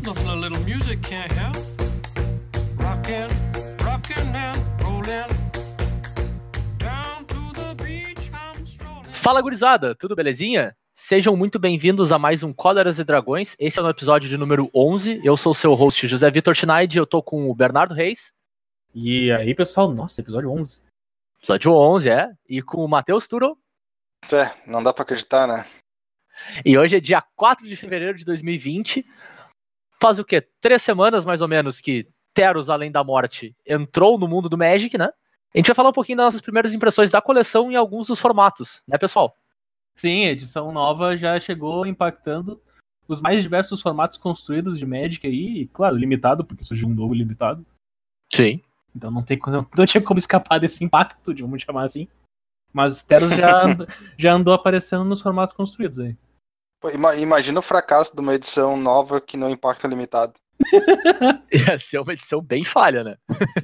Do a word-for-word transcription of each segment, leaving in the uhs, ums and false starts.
Nothing a little music can't help. Rockin', rockin' and rollin'. Down to the beach I'm strolling. Fala, gurizada, tudo belezinha? Sejam muito bem-vindos a mais um Cóleras e Dragões. Esse é o episódio de número onze. Eu sou o seu host, José Vitor Schneid, eu tô com o Bernardo Reis. E aí, pessoal, nossa, episódio onze. Episódio onze, é. E com o Matheus Turo. É, não dá pra acreditar, né? E hoje é dia quatro de fevereiro de dois mil e vinte. Faz o quê? Três semanas, mais ou menos, que Theros Além da Morte entrou no mundo do Magic, né? A gente vai falar um pouquinho das nossas primeiras impressões da coleção em alguns dos formatos, né, pessoal? Sim, a edição nova já chegou impactando os mais diversos formatos construídos de Magic aí, e, claro, limitado, porque surgiu um novo limitado. Sim. Então não, tem, não tinha como escapar desse impacto, vamos chamar assim. Mas Theros já, já andou aparecendo nos formatos construídos aí. Pô, imagina o fracasso de uma edição nova que não impacta limitado. Ia ser uma edição bem falha, né?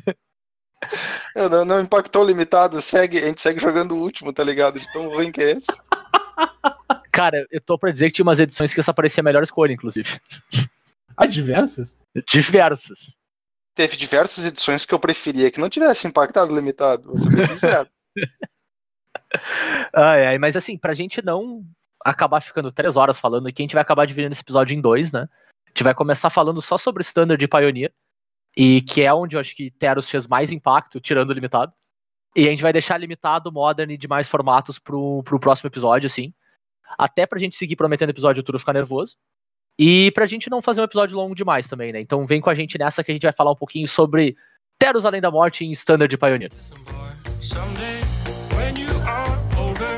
Não, não impactou o limitado, segue, a gente segue jogando o último, tá ligado? De tão ruim que é esse. Cara, eu tô pra dizer que tinha umas edições que essa parecia a melhor escolha, inclusive. Ah, diversas? Diversas. Teve diversas edições que eu preferia que não tivesse impactado o limitado, vou ser bem sincero. Ai, ai, mas assim, pra gente não acabar ficando três horas falando aqui, a gente vai acabar dividindo esse episódio em dois, né? A gente vai começar falando só sobre Standard e Pioneer, e que é onde eu acho que Theros fez mais impacto, tirando o limitado. E a gente vai deixar limitado, Modern e demais formatos pro, pro próximo episódio, assim. Até pra gente seguir prometendo episódio tudo ficar nervoso. E pra gente não fazer um episódio longo demais também, né? Então vem com a gente nessa que a gente vai falar um pouquinho sobre Theros Além da Morte em Standard e Pioneer. Listen, boy, someday when you are older,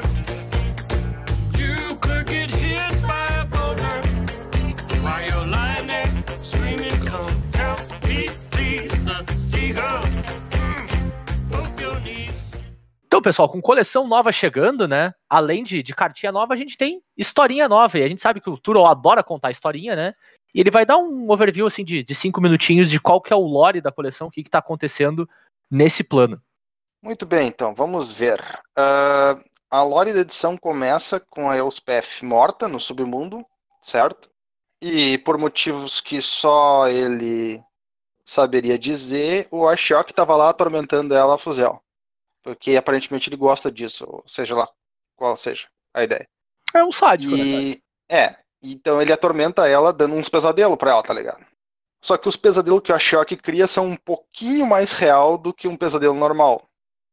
you could get hit by a boulder while you're lying there screaming, come help me, please, the seagulls, mm, both your knees. Então, pessoal, com coleção nova chegando, né? Além de, de cartinha nova, a gente tem historinha nova. E a gente sabe que o Turo adora contar historinha, né? E ele vai dar um overview, assim, de, de cinco minutinhos de qual que é o lore da coleção, o que que tá acontecendo nesse plano. Muito bem, então, vamos ver. Uh, a lore da edição começa com a Elspeth morta no submundo, certo? E por motivos que só ele saberia dizer, o Ashiok estava lá atormentando ela a fuzel. Porque aparentemente ele gosta disso, ou seja lá qual seja a ideia. É um sádico, né? E é, então ele atormenta ela dando uns pesadelos pra ela, tá ligado? Só que os pesadelos que o Ashiok cria são um pouquinho mais real do que um pesadelo normal.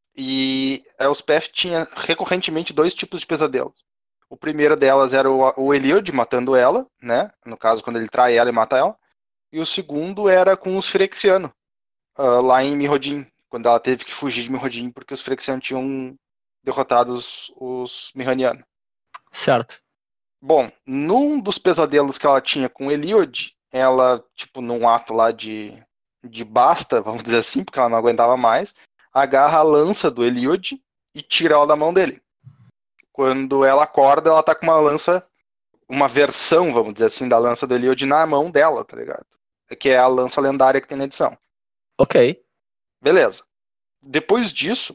E a Elspeth tinha recorrentemente dois tipos de pesadelos. O primeiro delas era o, o Eliod matando ela, né? No caso, quando ele trai ela e mata ela. E o segundo era com os Phyrexianos, uh, lá em Mirrodin, quando ela teve que fugir de Mirrodin porque os Phyrexianos tinham derrotado os, os Mirranianos. Certo. Bom, num dos pesadelos que ela tinha com o Eliod, ela, tipo, num ato lá de, de basta, vamos dizer assim, porque ela não aguentava mais, agarra a lança do Eliod e tira ela da mão dele. Quando ela acorda, ela tá com uma lança, uma versão, vamos dizer assim, da lança do Eliod na mão dela, tá ligado? Que é a lança lendária que tem na edição. Ok. Beleza. Depois disso,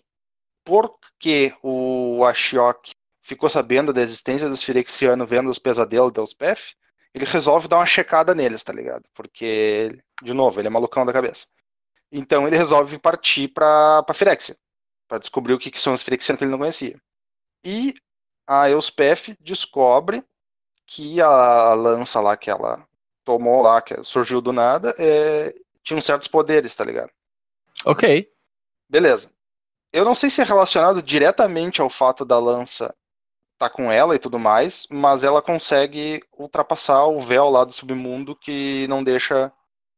porque o Ashiok ficou sabendo da existência dos Phyrexianos vendo os pesadelos da Elspeth, ele resolve dar uma checada neles, tá ligado? Porque, de novo, ele é malucão da cabeça. Então ele resolve partir pra, pra Phyrexia, pra descobrir o que, que são os Phyrexianos que ele não conhecia. E a Elspeth descobre que a lança lá que ela tomou lá, que surgiu do nada, é, tinha uns certos poderes, tá ligado? Ok. Beleza. Eu não sei se é relacionado diretamente ao fato da lança estar com ela e tudo mais, mas ela consegue ultrapassar o véu lá do submundo que não deixa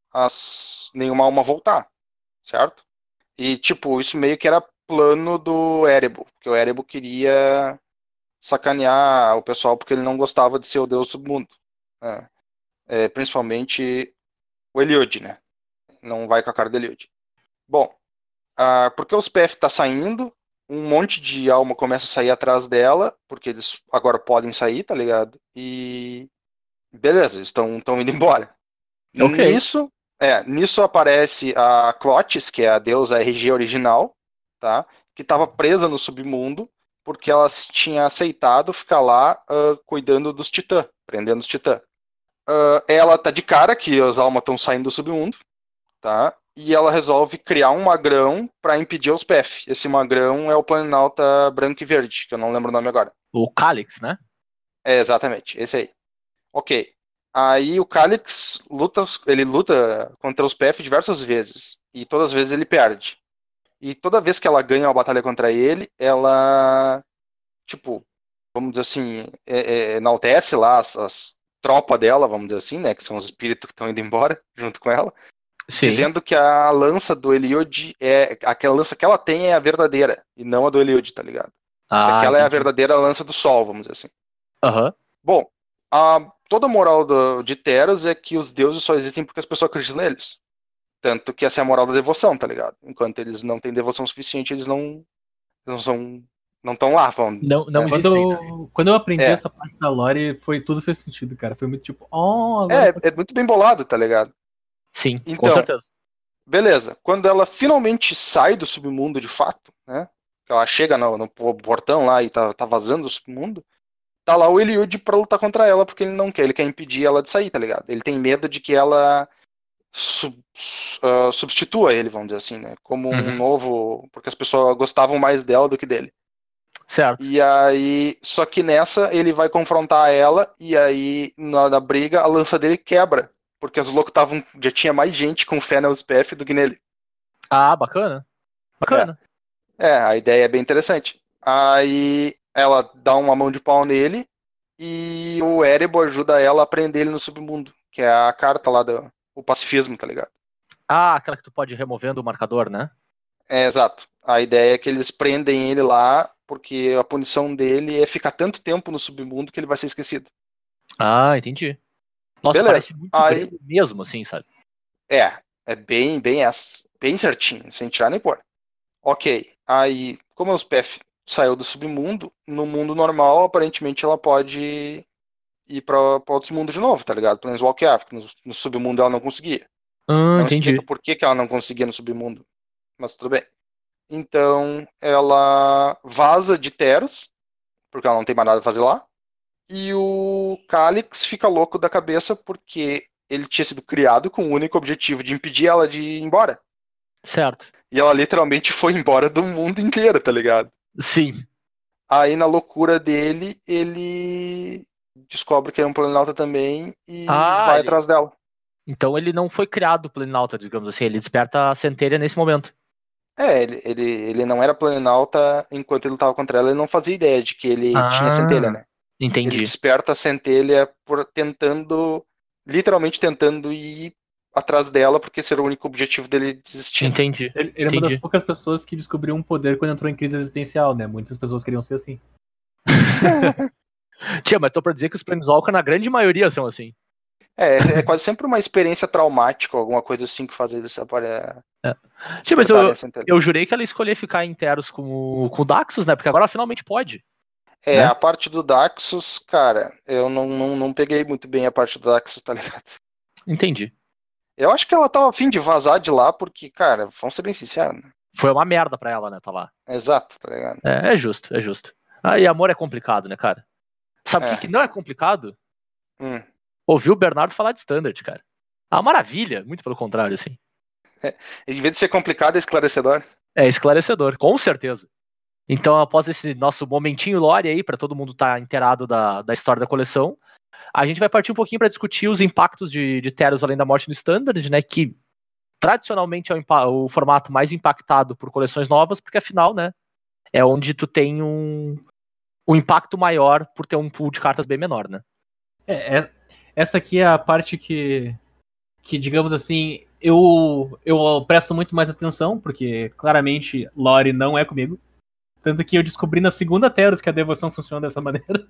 as, nenhuma alma voltar, certo? E, tipo, isso meio que era plano do Erebo, porque o Erebo queria sacanear o pessoal porque ele não gostava de ser o deus do submundo. Né? É, principalmente o Eliod, né? Não vai com a cara do Eliod. Bom, ah, porque o Elspeth tá saindo, um monte de alma começa a sair atrás dela, porque eles agora podem sair, tá ligado? E beleza, eles estão indo embora. Ok. Nisso, é, nisso aparece a Clotis, que é a deusa R G original, tá? Que estava presa no submundo, porque ela tinha aceitado ficar lá uh, cuidando dos titãs, prendendo os titãs. uh, ela tá de cara que as almas estão saindo do submundo, tá? E ela resolve criar um magrão pra impedir os P F. Esse magrão é o Planinauta branco e verde, que eu não lembro o nome agora. O Calix, né? É, exatamente, esse aí. Ok. Aí o Calix luta, ele luta contra os P F diversas vezes. E todas as vezes ele perde. E toda vez que ela ganha uma batalha contra ele, ela, tipo, vamos dizer assim, é, é, enaltece lá as, as tropas dela, vamos dizer assim, né? Que são os espíritos que estão indo embora junto com ela. Sim. Dizendo que a lança do Eliud é. Aquela lança que ela tem é a verdadeira. E não a do Eliud, tá ligado? Ah, Aquela é a entendi. verdadeira lança do sol, vamos dizer assim. Aham. Bom, a, toda a moral do, de Teros é que os deuses só existem porque as pessoas acreditam neles. Tanto que essa é a moral da devoção, tá ligado? Enquanto eles não têm devoção suficiente, eles não não são não estão lá, vamos. Não, não É. Quando existem, né? eu, quando eu aprendi É. essa parte da lore, foi, tudo fez sentido, cara. Foi muito tipo, oh, É, agora é muito bem bolado, tá ligado? Sim, com Então, certeza. beleza. Quando ela finalmente sai do submundo de fato, né? Que ela chega no, no portão lá e tá, tá vazando do submundo, tá lá o Eliud pra lutar contra ela, porque ele não quer, ele quer impedir ela de sair, tá ligado? Ele tem medo de que ela sub, uh, substitua ele, vamos dizer assim, né? Como um Uhum. novo. Porque as pessoas gostavam mais dela do que dele. Certo. E aí. Só que nessa ele vai confrontar ela, e aí, na, na briga, a lança dele quebra. Porque os loucos estavam. Já tinha mais gente com fé na U S P F do que nele. Ah, bacana. Bacana. É, a ideia é bem interessante. Aí ela dá uma mão de pau nele e o Erebo ajuda ela a prender ele no submundo, que é a carta lá do o pacifismo, tá ligado? Ah, aquela que tu pode ir removendo o marcador, né? É, exato. A ideia é que eles prendem ele lá porque a punição dele é ficar tanto tempo no submundo que ele vai ser esquecido. Ah, entendi. Nossa, Beleza. parece muito Aí- grego mesmo, assim, sabe? É, é bem, bem, essa- bem certinho, sem tirar nem pôr. Ok, aí, como os P F saiu do submundo, no mundo normal, aparentemente ela pode ir pra, pra outros mundos de novo, tá ligado? Planeswalker, porque no, no submundo ela não conseguia. Ah, Não entendi. explica por que, que ela não conseguia no submundo, mas tudo bem. Então, ela vaza de Teros, porque ela não tem mais nada a fazer lá, e o Calix fica louco da cabeça porque ele tinha sido criado com o único objetivo de impedir ela de ir embora. Certo. E ela literalmente foi embora do mundo inteiro, tá ligado? Sim. Aí, na loucura dele, ele descobre que é um Planinauta também e Ah, vai ele- atrás dela. Então ele não foi criado Planinauta, digamos assim. Ele desperta a centelha nesse momento. É, ele, ele, ele não era Planinauta enquanto ele lutava contra ela, ele não fazia ideia de que ele Ah, tinha centelha, né? Ele Entendi. desperta a centelha por tentando, literalmente tentando ir atrás dela, porque esse era o único objetivo dele desistir. Entendi. Ele, ele é uma das Entendi. poucas pessoas que descobriu um poder quando entrou em crise existencial, né? Muitas pessoas queriam ser assim. Tia, mas tô pra dizer que os Planeswalker, na grande maioria, são assim. É, é quase sempre uma experiência traumática, alguma coisa assim que faz eles aparecer. Tia, mas eu, eu jurei que ela escolhia ficar em Teros com o, com o Daxus, né? Porque agora ela finalmente pode. É, né? a parte do Daxus, cara, eu não, não, não peguei muito bem a parte do Daxus, tá ligado? Entendi. Eu acho que ela tava afim de vazar de lá, porque, cara, vamos ser bem sinceros, né? Foi uma merda pra ela, né? Tá lá. Exato, tá ligado? É, é justo, é justo. Ah, e amor é complicado, né, cara? Sabe o É. que, que não é complicado? Hum. Ouvir o Bernardo falar de Standard, cara. É uma maravilha, muito pelo contrário, assim. Em vez de ser complicado, é esclarecedor. É esclarecedor, com certeza. Então, após esse nosso momentinho lore aí, pra todo mundo estar inteirado da, da história da coleção, a gente vai partir um pouquinho pra discutir os impactos de, de Teros Além da Morte no Standard, né, que tradicionalmente é o, impa- o formato mais impactado por coleções novas, porque afinal, né, é onde tu tem um, um impacto maior por ter um pool de cartas bem menor, né. É, é- essa aqui é a parte que, que digamos assim, eu, eu presto muito mais atenção, porque claramente lore não é comigo. Tanto que eu descobri na segunda Teros que a devoção funciona dessa maneira.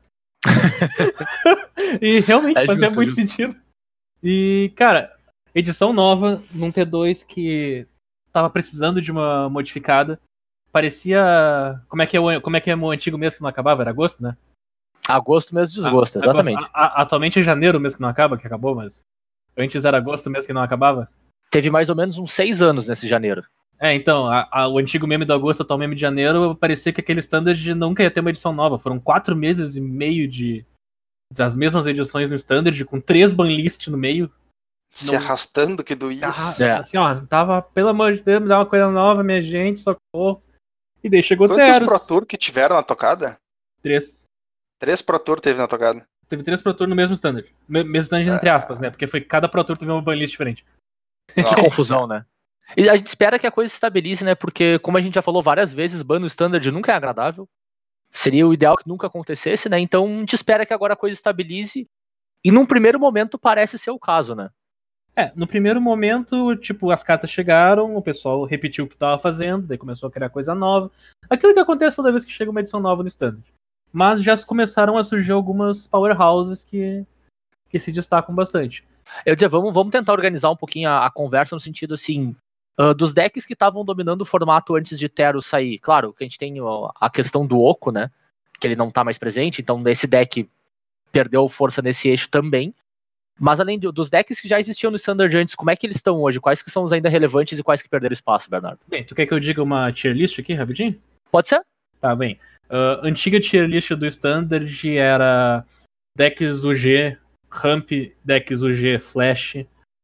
E realmente É fazia justo, é muito justo. sentido. E, cara, edição nova num T dois que tava precisando de uma modificada. Parecia. Como é que é o, como é, que é o antigo mês que não acabava? Era agosto, né? Agosto mesmo desgosto, Ah, exatamente. agosto. A- a- atualmente é janeiro mesmo que não acaba, que acabou, mas. Antes era agosto mesmo que não acabava. Teve mais ou menos uns seis anos nesse janeiro. É, então, a- a- o antigo meme do agosto, atual meme de janeiro, parecia que aquele standard nunca ia ter uma edição nova. Foram quatro meses e meio de, das mesmas edições no Standard, com três banlists no meio. Se Não- arrastando que doía. Ah, É. Assim, ó, tava, pelo amor de Deus, me dá uma coisa nova, minha gente, socorro. E daí chegou Quantos Teros. Pro Tour que tiveram na tocada? Três. Três Pro Tour teve na tocada. Teve três Pro Tour no mesmo Standard. Me- Mesmo Standard, entre Ah. aspas, né? Porque foi cada Pro Tour teve uma banlist diferente. Que Nossa. confusão, né? E a gente espera que a coisa se estabilize, né? Porque, como a gente já falou várias vezes, ban no Standard nunca é agradável. Seria o ideal que nunca acontecesse, né? Então a gente espera que agora a coisa estabilize. E num primeiro momento parece ser o caso, né? É, no primeiro momento, tipo, as cartas chegaram, o pessoal repetiu o que tava fazendo, daí começou a criar coisa nova. Aquilo que acontece toda vez que chega uma edição nova no Standard. Mas já começaram a surgir algumas powerhouses que, que se destacam bastante. Eu dizer, vamos, vamos tentar organizar um pouquinho a, a conversa no sentido assim. Uh, dos decks que estavam dominando o formato antes de Teros sair. Claro, que a gente tem ó, a questão do Oco, né? Que ele não tá mais presente, então esse deck perdeu força nesse eixo também. Mas além de, dos decks que já existiam no Standard antes, como é que eles estão hoje? Quais que são os ainda relevantes e quais que perderam espaço, Bernardo? Bem, tu quer que eu diga uma tier list aqui, rapidinho? Pode ser? Tá bem. Uh, antiga tier list do Standard era decks U G, Ramp, decks U G, Flash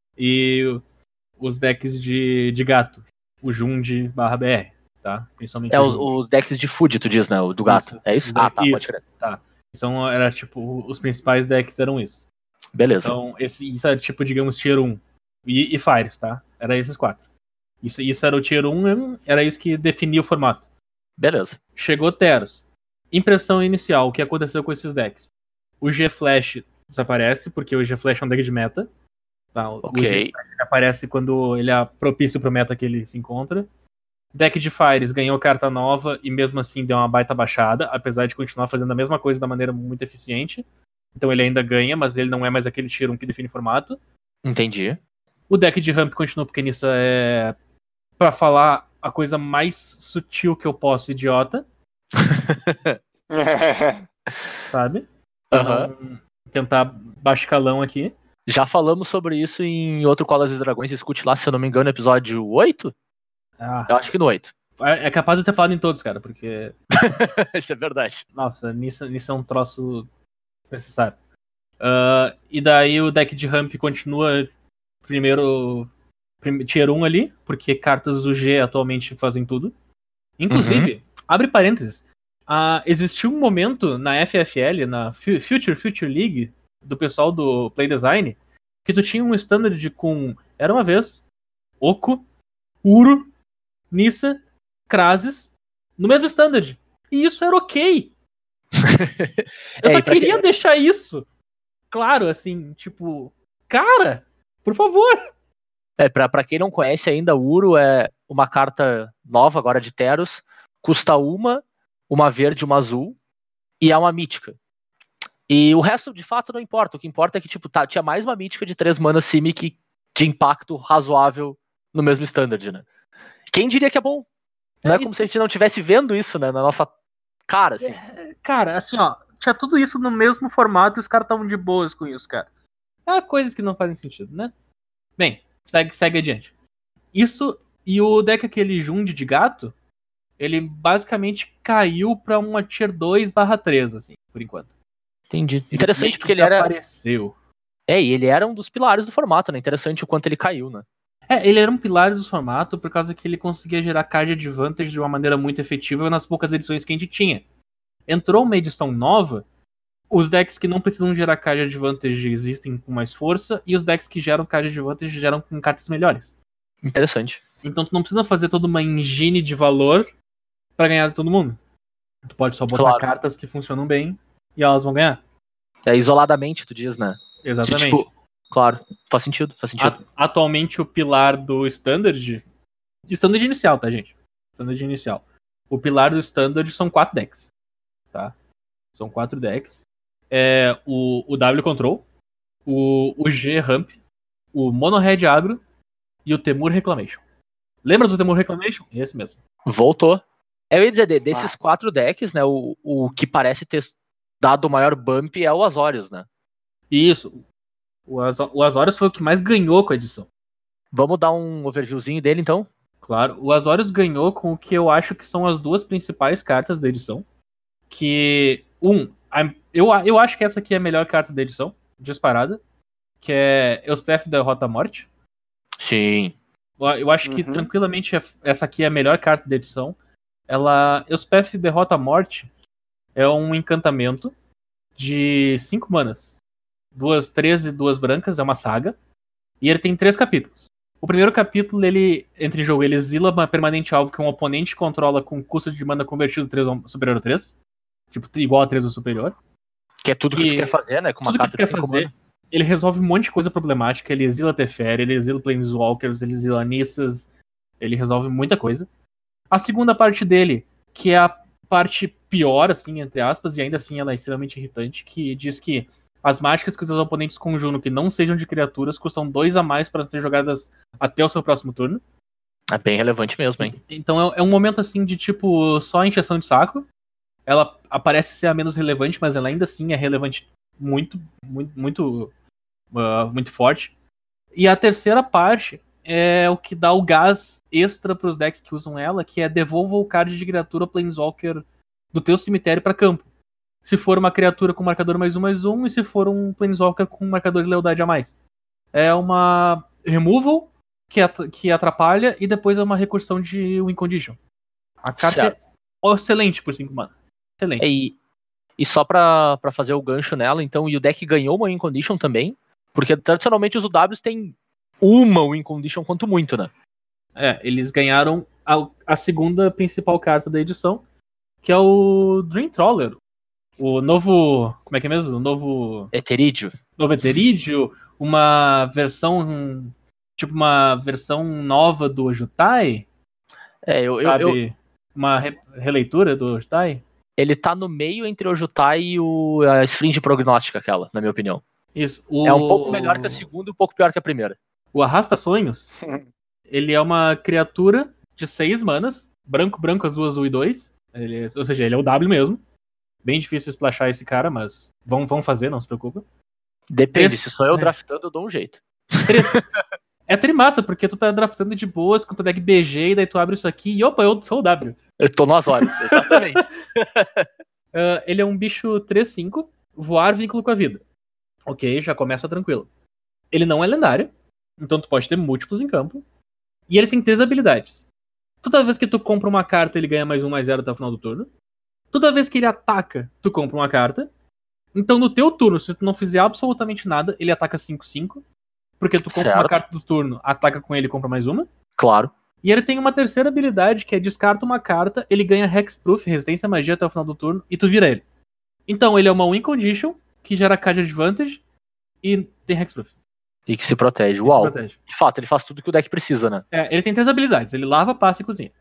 e os decks de, de gato, o Jund barra B R, tá? Principalmente É o os, Jund. os decks de Food, tu diz, né? O do gato. Isso. É isso? Os Ah, decks- tá, pode isso. crer. Tá. Então, era tipo, os principais decks eram isso. Beleza. Então, esse, isso era tipo, digamos, tier um. E, e Fires, tá? Era esses quatro. Isso, isso era o tier um, era isso que definia o formato. Beleza. Chegou Teros. Impressão inicial, o que aconteceu com esses decks? O G-Flash desaparece, porque o G-Flash é um deck de meta. Tá? O Ok. G-Flash aparece quando ele é propício pro meta que ele se encontra. Deck de Fires ganhou carta nova e mesmo assim deu uma baita baixada, apesar de continuar fazendo a mesma coisa da maneira muito eficiente. Então ele ainda ganha, mas ele não é mais aquele tier um que define formato. Entendi. O deck de Ramp continua, porque nisso é, pra falar a coisa mais sutil que eu posso, idiota, sabe? Aham. Então, tentar baixo calão aqui. Já falamos sobre isso em outro Colas e Dragões. Escute lá, se eu não me engano, episódio oito? Ah, Eu acho que no oito. é é capaz de eu ter falado em todos, cara, porque, Isso é verdade. nossa, nisso, nisso é um troço desnecessário. Ah, e daí o deck de Ramp continua primeiro prim- tier um ali, porque cartas U G atualmente fazem tudo. Inclusive, abre parênteses, ah, existiu um momento na F F L, na Fu- Future Future League, do pessoal do Play Design, que tu tinha um standard com, era uma vez, Oco, Uro, Nissa, Krasis, no mesmo standard. E isso era ok. Eu É, só e pra queria quem- deixar isso claro, assim, tipo, cara, por favor. É, pra, pra quem não conhece ainda, o Uro é uma carta nova agora de Teros. Custa uma, uma verde e uma azul. E é uma mítica. E o resto, de fato, não importa. O que importa é que, tipo, tá, tinha mais uma mítica de três manas Simic de impacto razoável no mesmo standard, né? Quem diria que é bom? Não é como se a gente não estivesse vendo isso, né, na nossa cara, assim. Cara, assim, ó, tinha tudo isso no mesmo formato e os caras estavam de boas com isso, cara. É coisas que não fazem sentido, né? Bem, segue, segue adiante. Isso, e o deck aquele Jund de gato, ele basicamente caiu pra uma tier dois barra três, assim, por enquanto. Entendi. Interessante, meio que porque ele era. desapareceu. É, e ele era um dos pilares do formato, né? Interessante o quanto ele caiu, né? É, ele era um pilar do formato por causa que ele conseguia gerar card advantage de uma maneira muito efetiva nas poucas edições que a gente tinha. Entrou uma edição nova, os decks que não precisam gerar card advantage existem com mais força, e os decks que geram card advantage geram com cartas melhores. Interessante. Então tu não precisa fazer toda uma engine de valor pra ganhar de todo mundo. Tu pode só botar Claro. cartas que funcionam bem e elas vão ganhar. É, isoladamente, tu diz, né? De, Exatamente. tipo, claro, faz sentido, faz sentido. A- atualmente o pilar do Standard. Standard inicial, tá, gente? Standard inicial. O pilar do Standard são quatro decks. Tá? São quatro decks. É o, o W Control, o, o G Ramp, o Mono Red Agro e o Temur Reclamation. Lembra do Temur Reclamation? Esse mesmo. Voltou. Eu ia dizer, de- desses Ah. quatro decks, né? O, o que parece ter dado o maior bump é o Azorius, né? Isso. O, Azo- o Azorius foi o que mais ganhou com a edição. Vamos dar um overviewzinho dele, então? Claro, o Azorius ganhou com o que eu acho que são as duas principais cartas da edição. Que, um, Eu, eu acho que essa aqui é a melhor carta da edição, disparada, que é Elspeth Derrota a Morte. Sim. Eu acho que Uhum. tranquilamente essa aqui é a melhor carta da edição. Ela, Elspeth Derrota a Morte é um encantamento de cinco manas. Duas treze e duas brancas, é uma saga. E ele tem três capítulos. O primeiro capítulo, ele entra em jogo, ele exila uma permanente alvo que um oponente controla com custo de mana convertido três ou superior a três. Tipo, igual a três ou superior. Que é tudo que, Que- tu quer fazer, né? Com uma Tudo que carta tu quer de cinco fazer, mana. ele resolve um monte de coisa problemática. Ele exila Teferi, ele exila Planeswalkers, ele exila Nissas. Ele resolve muita coisa. A segunda parte dele, que é a parte pior, assim, entre aspas, e ainda assim ela é extremamente irritante, que diz que as mágicas que os seus oponentes conjuram que não sejam de criaturas custam dois a mais para ser jogadas até o seu próximo turno. É bem relevante mesmo, hein? Então é, é um momento assim de tipo só encheção de saco. Ela aparece ser a menos relevante, mas ela ainda assim é relevante muito, muito, muito, uh, muito forte. E a terceira parte é o que dá o gás extra pros decks que usam ela, que é devolva o card de criatura Planeswalker do teu cemitério para campo. Se for uma criatura com marcador mais um, mais um, e se for um Planeswalker com marcador de lealdade a mais. É uma removal que, at- que atrapalha e depois é uma recursão de win condition. A carta Certo. é excelente por cinco mana. Excelente. E, e só pra, pra fazer o gancho nela, então, e o deck ganhou uma win condition também, porque tradicionalmente os U Ws têm uma win condition quanto muito, né? É, eles ganharam a, a segunda principal carta da edição, que é o Dream Trawler. O novo. Como é que é mesmo? O novo. Eterídio. Novo Eterídio, uma versão. Tipo, uma versão nova do Ojutai, É, eu, eu, sabe? eu- Uma re- releitura do Ojutai. ele tá no meio entre o Jutai e o, a Esfinge Prognóstica, aquela, na minha opinião. Isso. O, É um pouco melhor que a segunda e um pouco pior que a primeira. O Arrasta Sonhos, ele é uma criatura de seis manas, branco, branco, azul, azul e dois. Ele, ou seja, ele é o W mesmo. Bem difícil splashar esse cara, mas vão, vão fazer, não se preocupa. Depende, Três- se sou eu é. draftando, eu dou um jeito. Três. É trimassa, porque tu tá draftando de boas com tu deck B G, e daí tu abre isso aqui e opa, eu sou o W. Eu tô no Azores, exatamente. Ah, ele é um bicho três cinco, voar vínculo com a vida. Ok, já começa tranquilo. Ele não é lendário, então tu pode ter múltiplos em campo. E ele tem três habilidades. Toda vez que tu compra uma carta, ele ganha mais um, mais zero até o final do turno. Toda vez que ele ataca, tu compra uma carta. Então no teu turno, se tu não fizer absolutamente nada, ele ataca cinco cinco. Porque tu compra uma Certo. carta do turno, ataca com ele e compra mais uma. Claro. E ele tem uma terceira habilidade, que é descarta uma carta, ele ganha Hexproof, resistência à magia até o final do turno, e tu vira ele. Então ele é uma win condition, que gera card advantage, e tem Hexproof. E que se protege. Ele se Uau. protege. De fato, ele faz tudo que o deck precisa, né? É, ele tem três habilidades, ele lava, passa e cozinha.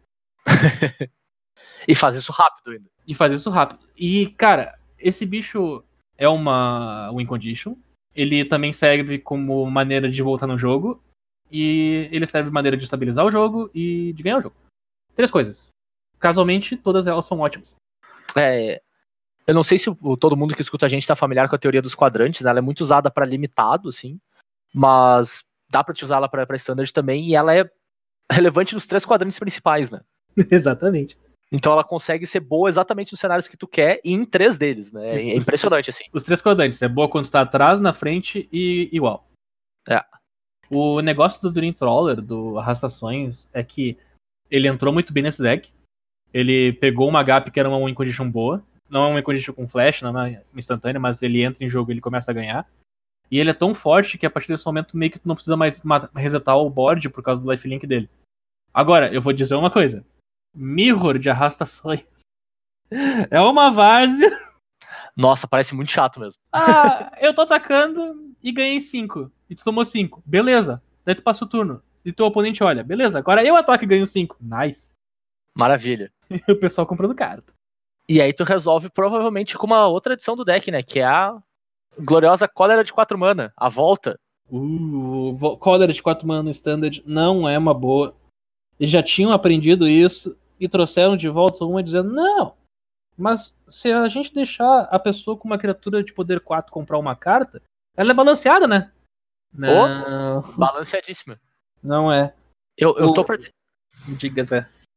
E faz isso rápido ainda. E faz isso rápido. E, cara, esse bicho é uma win condition. Ele também serve como maneira de voltar no jogo. E ele serve de maneira de estabilizar o jogo e de ganhar o jogo. Três coisas. Casualmente, todas elas são ótimas. É, eu não sei se o- todo mundo que escuta a gente tá familiar com a teoria dos quadrantes, né? Ela é muito usada pra limitado, assim. Mas dá pra te usar ela pra, pra standard também. E ela é relevante nos três quadrantes principais, né? Exatamente. Então ela consegue ser boa exatamente nos cenários que tu quer e em três deles, né? Isso, É impressionante, assim. Os três quadrantes. É boa quando tá atrás, na frente e igual. É. O negócio do Dream Trawler, do Arrastações, é que ele entrou muito bem nesse deck. Ele pegou uma gap que era uma win condition boa. Não é uma win condition com flash, não é uma instantânea, mas ele entra em jogo e ele começa a ganhar. E ele é tão forte que a partir desse momento meio que tu não precisa mais ma- resetar o board por causa do lifelink dele. Agora, eu vou dizer uma coisa. Mirror de Arrastações é uma várzea. Nossa, parece muito chato mesmo. Ah, eu tô atacando e ganhei cinco. E tu tomou cinco. Beleza. Daí tu passa o turno. E teu oponente olha. Beleza, agora eu ataco e ganho cinco. Nice. Maravilha. E o pessoal comprando carta. E aí tu resolve provavelmente com uma outra edição do deck, né? Que é a gloriosa Cólera de quatro mana. A volta. Uh, vo- Cólera de quatro mana no Standard não é uma boa. Eles já tinham aprendido isso e trouxeram de volta uma dizendo, não, mas se a gente deixar a pessoa com uma criatura de poder quatro comprar uma carta, ela é balanceada, né? Não, Balanceadíssima. não é. Eu, eu tô O- pra... Diga, Zé.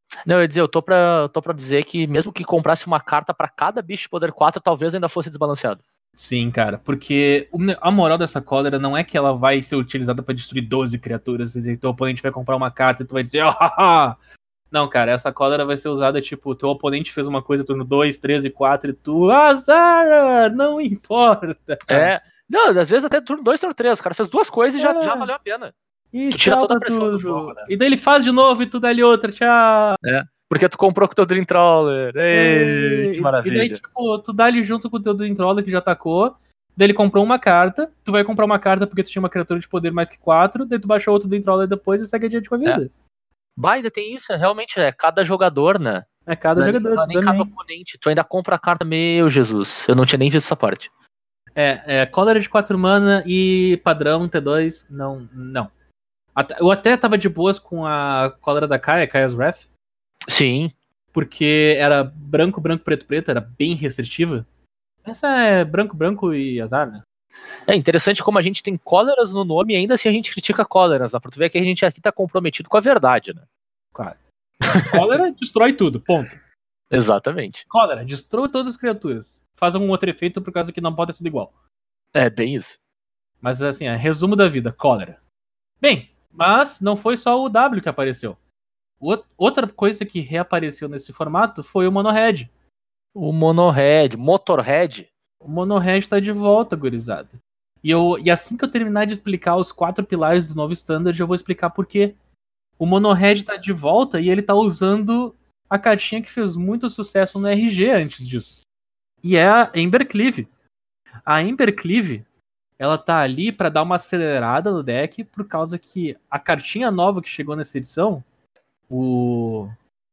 Não, eu ia dizer, eu tô pra, eu tô pra dizer que mesmo que comprasse uma carta pra cada bicho de poder quatro, talvez ainda fosse desbalanceado. Sim, cara, porque o ne- a moral dessa cólera não é que ela vai ser utilizada pra destruir doze criaturas e teu oponente vai comprar uma carta e tu vai dizer, oh, haha. Não, cara, essa cólera vai ser usada tipo, teu oponente fez uma coisa turno dois, três e quatro e tu, azar, não importa. É. Não, às vezes até turno dois, turno três. O cara fez duas coisas e já, É. já valeu a pena. E Tu tira tchau toda a pra pressão do tudo. jogo, né? E daí ele faz de novo e tu dá-lhe outra, tchau. Porque tu comprou com o teu Dream Troller. Ei, E, que e maravilha. daí, tipo, tu dá-lhe junto com o teu Dream Troller que já atacou. Daí ele comprou uma carta. Tu vai comprar uma carta porque tu tinha uma criatura de poder mais que quatro. Daí tu baixou outro Dream Troller depois e segue adiante com a vida. Bah, ainda tem isso, é, realmente é cada jogador, né? É, cada Não é jogador, nem, não é tu nem cada também. oponente. Tu ainda compra a carta, meu Jesus. Eu não tinha nem visto essa parte. É, é cólera de quatro mana e padrão T dois. Não, não. Até- Eu até tava de boas com a cólera da Kaia, Kaia's Wrath. Sim. Porque era branco, branco, preto, preto. Era bem restritiva. Essa é branco, branco e azar, né? É interessante como a gente tem cóleras no nome e ainda assim a gente critica cóleras, né? Pra tu ver que a gente aqui tá comprometido com a verdade, né? Claro. Cólera destrói tudo, ponto. Exatamente. Cólera, destrói todas as criaturas. Faz algum outro efeito por causa que não pode é tudo igual. É bem isso. Mas assim, é resumo da vida, cólera. Bem, mas não foi só o W que apareceu. O- Outra coisa que reapareceu nesse formato foi o Monohead. O Monohead, Motorhead. O Monohead tá de volta, gurizada. E, eu, e assim que eu terminar de explicar os quatro pilares do novo Standard, eu vou explicar por quê. O Monohead tá de volta e ele tá usando a cartinha que fez muito sucesso no R G antes disso. E é a Embercleave. A Embercleave, ela tá ali pra dar uma acelerada no deck, por causa que a cartinha nova que chegou nessa edição, o...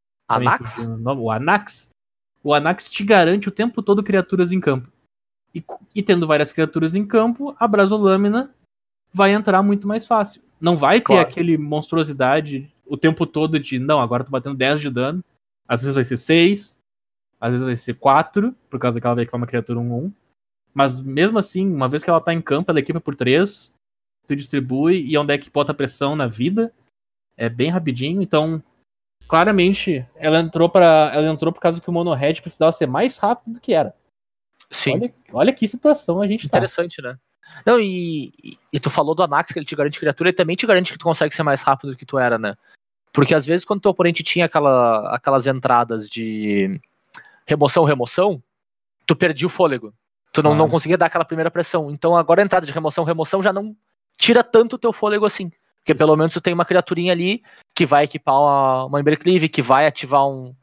Anax? O Anax, o Anax te garante o tempo todo criaturas em campo. E, e tendo várias criaturas em campo, a Brasolâmina vai entrar muito mais fácil. Não vai ter Claro. aquele monstruosidade o tempo todo de, não, agora eu tô batendo dez de dano. Às vezes vai ser seis, às vezes vai ser quatro, por causa que ela vai equipar uma criatura um um. Mas mesmo assim, uma vez que ela tá em campo, ela equipa por três, tu distribui, e é um deck que bota pressão na vida. É bem rapidinho, então claramente ela entrou para ela entrou por causa que o Monohead precisava ser mais rápido do que era. Sim. Olha, olha que situação a gente tá. Interessante, né? Não, e, e, e tu falou do Anax, que ele te garante criatura, ele também te garante que tu consegue ser mais rápido do que tu era, né? Porque às vezes quando teu oponente tinha aquela, aquelas entradas de remoção, remoção, tu perdia o fôlego. Tu não, Ah. não conseguia dar aquela primeira pressão. Então agora a entrada de remoção, remoção já não tira tanto o teu fôlego assim. Porque Isso. pelo menos tu tem uma criaturinha ali que vai equipar uma, uma Embercleave, que vai ativar um,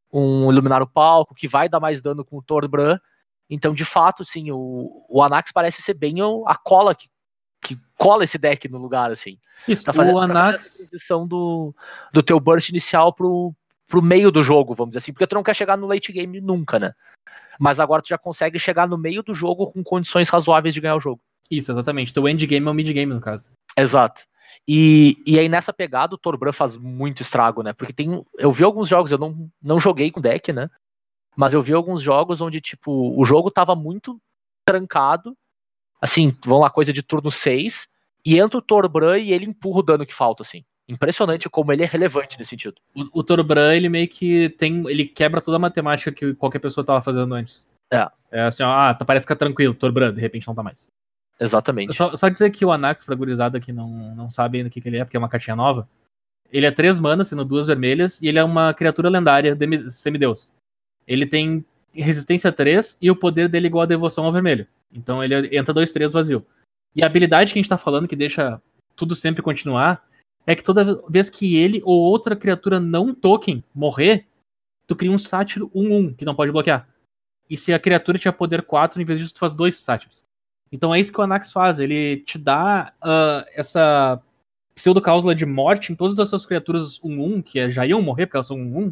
um Iluminar o Palco, que vai dar mais dano com o Torbran. Então, de fato, sim, o, o Anax parece ser bem o- a cola que, que cola esse deck no lugar, assim. Isso, Pra fazer, o pra fazer essa Anax. transição do, do teu burst inicial pro, pro meio do jogo, vamos dizer assim. Porque tu não quer chegar no late game nunca, né? Mas agora tu já consegue chegar no meio do jogo com condições razoáveis de ganhar o jogo. Isso, exatamente. Teu endgame é o midgame, no caso. Exato. E, e aí nessa pegada o Torbran faz muito estrago, né? Porque tem. Eu vi alguns jogos, eu não, não joguei com deck, né? Mas eu vi alguns jogos onde, tipo, o jogo tava muito trancado. Assim, vão lá, coisa de turno seis. E entra o Torbran e ele empurra o dano que falta, assim. Impressionante como ele é relevante nesse sentido. O, o Torbran, ele meio que tem. Ele quebra toda a matemática que qualquer pessoa tava fazendo antes. É. É assim, ó, ah, tá, parece que tá tranquilo, Torbran, de repente não tá mais. Exatamente. Só, só dizer que o Anax, pra gurizada que não, não sabe ainda o que, que ele é, porque é uma cartinha nova. Ele é três manas, sendo duas vermelhas, e ele é uma criatura lendária, demi- semideus. Ele tem resistência três e o poder dele é igual a devoção ao vermelho. Então ele entra dois três vazio. E a habilidade que a gente tá falando, que deixa tudo sempre continuar, é que toda vez que ele ou outra criatura não token morrer, tu cria um sátiro um um, que não pode bloquear. E se a criatura tiver poder quatro, em vez disso tu faz dois sátiros. Então é isso que o Anax faz, ele te dá uh, essa pseudo-cláusula de morte em todas as suas criaturas um um, que já iam morrer porque elas são um um,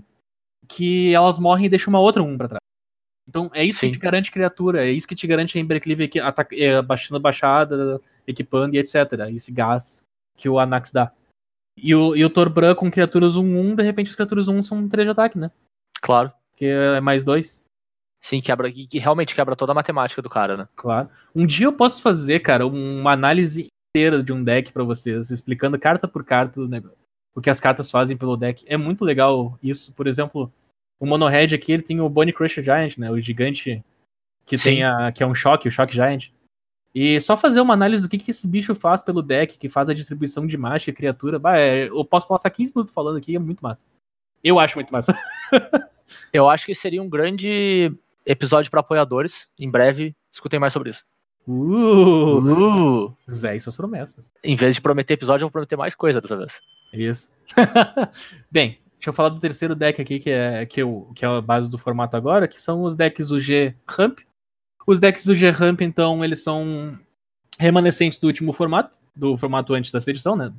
que elas morrem e deixam uma outra um pra trás. Então é isso Sim. que te garante criatura, é isso que te garante a Embercleave baixando baixada, equipando e etcétera. Esse gás que o Anax dá. E o, e o Torbran com criaturas um um, de repente as criaturas um um são três de ataque, né? Claro. Porque é mais dois. Sim, quebra, que que realmente quebra toda a matemática do cara, né? Claro. Um dia eu posso fazer, cara, uma análise inteira de um deck pra vocês, explicando carta por carta do negócio. o que as cartas fazem pelo deck. É muito legal isso. Por exemplo, o Mono Red aqui, ele tem o Bone Crusher Giant, né? O gigante que, tem a, que é um choque, o Shock Giant. E só fazer uma análise do que, que esse bicho faz pelo deck, que faz a distribuição de marcha e criatura. Bah, é, eu posso passar quinze minutos falando aqui, é muito massa. Eu acho muito massa. Eu acho que seria um grande episódio para apoiadores. Em breve, escutem mais sobre isso. Uh, Uh, Zé e suas promessas. em vez de prometer episódio, eu vou prometer mais coisa dessa vez. Isso. Bem, deixa eu falar do terceiro deck aqui, que é, que, eu, que é a base do formato agora, que são os decks U G Ramp. Os decks do G Ramp, então, eles são remanescentes do último formato, do formato antes dessa edição, né?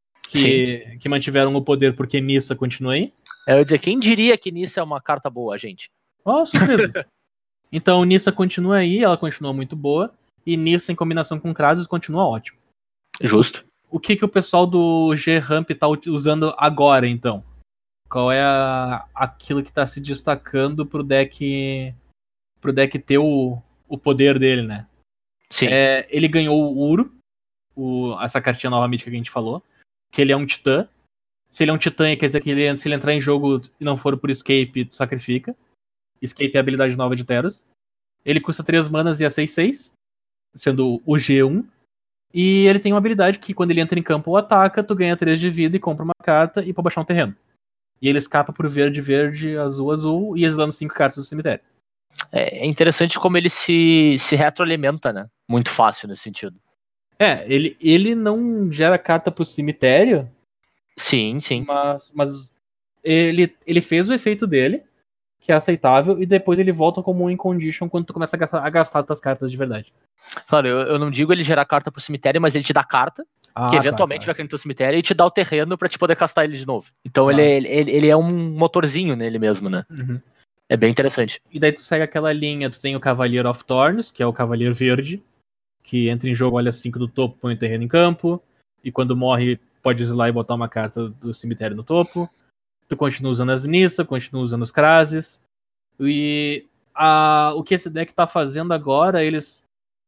Que, que mantiveram o poder porque Nissa continua aí. Eu ia dizer, quem diria que Nissa é uma carta boa, gente? Ó, oh, surpresa. Então, Nissa continua aí, ela continua muito boa. E Nissa, em combinação com Krasis, continua ótimo. Justo. O que, que o pessoal do G-Ramp tá usando agora, então? Qual é a, aquilo que tá se destacando pro deck, pro deck ter o, o poder dele, né? Sim. É, ele ganhou o Uro, o, essa cartinha nova mítica que a gente falou, que ele é um titã. Se ele é um titã, quer dizer que ele, se ele entrar em jogo e não for por escape, tu sacrifica. Escape é a habilidade nova de Teros. Ele custa três manas e é seis seis, sendo o G um. E ele tem uma habilidade que quando ele entra em campo ou ataca, tu ganha três de vida e compra uma carta e pode baixar um terreno. E ele escapa por verde, verde, azul, azul e exilando cinco cartas do cemitério. É interessante como ele se, se retroalimenta, né? Muito fácil nesse sentido. É, ele, ele não gera carta pro cemitério. Sim, sim. Mas, mas ele, ele fez o efeito dele, que é aceitável, e depois ele volta como um in condition quando tu começa a gastar, a gastar tuas cartas de verdade. Claro, eu, eu não digo ele gerar carta pro cemitério, mas ele te dá carta, Ah, que eventualmente claro, claro. vai cair no teu cemitério e te dá o terreno pra te poder castar ele de novo. Então Claro. ele, ele, ele é um motorzinho nele mesmo, né? Uhum. É bem interessante. E daí tu segue aquela linha, tu tem o Cavalier of Thorns, que é o Cavalier Verde, que entra em jogo, olha cinco do topo, põe o terreno em campo, e quando morre pode exilar e botar uma carta do cemitério no topo. Tu continua usando as Nissa, continua usando os Krasis. E a, o que esse deck tá fazendo agora, eles,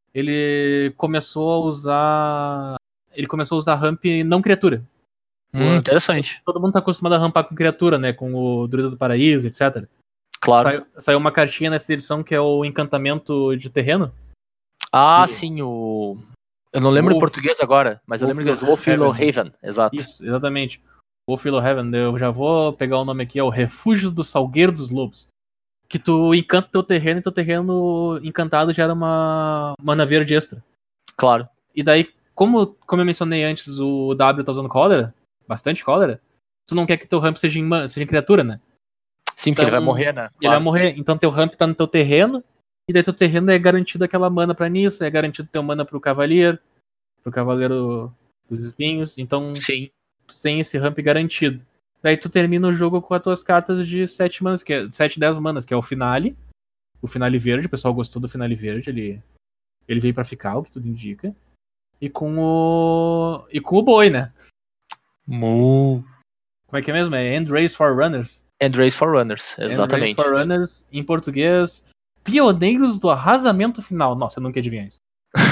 ele começou a usar. Ele começou a usar ramp não criatura. Hum, interessante. Todo mundo tá acostumado a rampar com criatura, né? Com o Druida do Paraíso, etcétera. Claro. Saiu, saiu uma cartinha nessa edição que é o encantamento de terreno. Ah, que... sim, o. Eu não lembro Wolf... em português agora, mas Wolf eu lembro em inglês. Wolf Haven, exato. Isso, exatamente. Wolf Haven, eu já vou pegar o nome aqui, é o Refúgio do Salgueiro dos Lobos. Que tu encanta teu terreno e teu terreno encantado gera uma mana verde extra. Claro. E daí, como, como eu mencionei antes, o W tá usando cólera, bastante cólera, tu não quer que teu ramp seja em, seja em criatura, né? Sim, porque então, ele vai morrer, né? Claro. Ele vai morrer, então teu ramp tá no teu terreno, e daí teu terreno é garantido aquela mana pra Nissa, é garantido teu mana pro Cavaleiro, pro Cavaleiro dos Espinhos, então Sim. tu tem esse ramp garantido. Daí tu termina o jogo com as tuas cartas de sete manas, que é sete, dez manas, que é o Finale. O Finale verde, o pessoal gostou do Finale verde, ele, ele veio pra ficar, o que tudo indica. E com o. E com o boi, né? Mu. Como é que é mesmo? É End Race for Runners. End Race for Runners, exatamente. End Race for Runners, em português, Pioneiros do Arrasamento Final. Nossa, eu nunca adivinhei isso.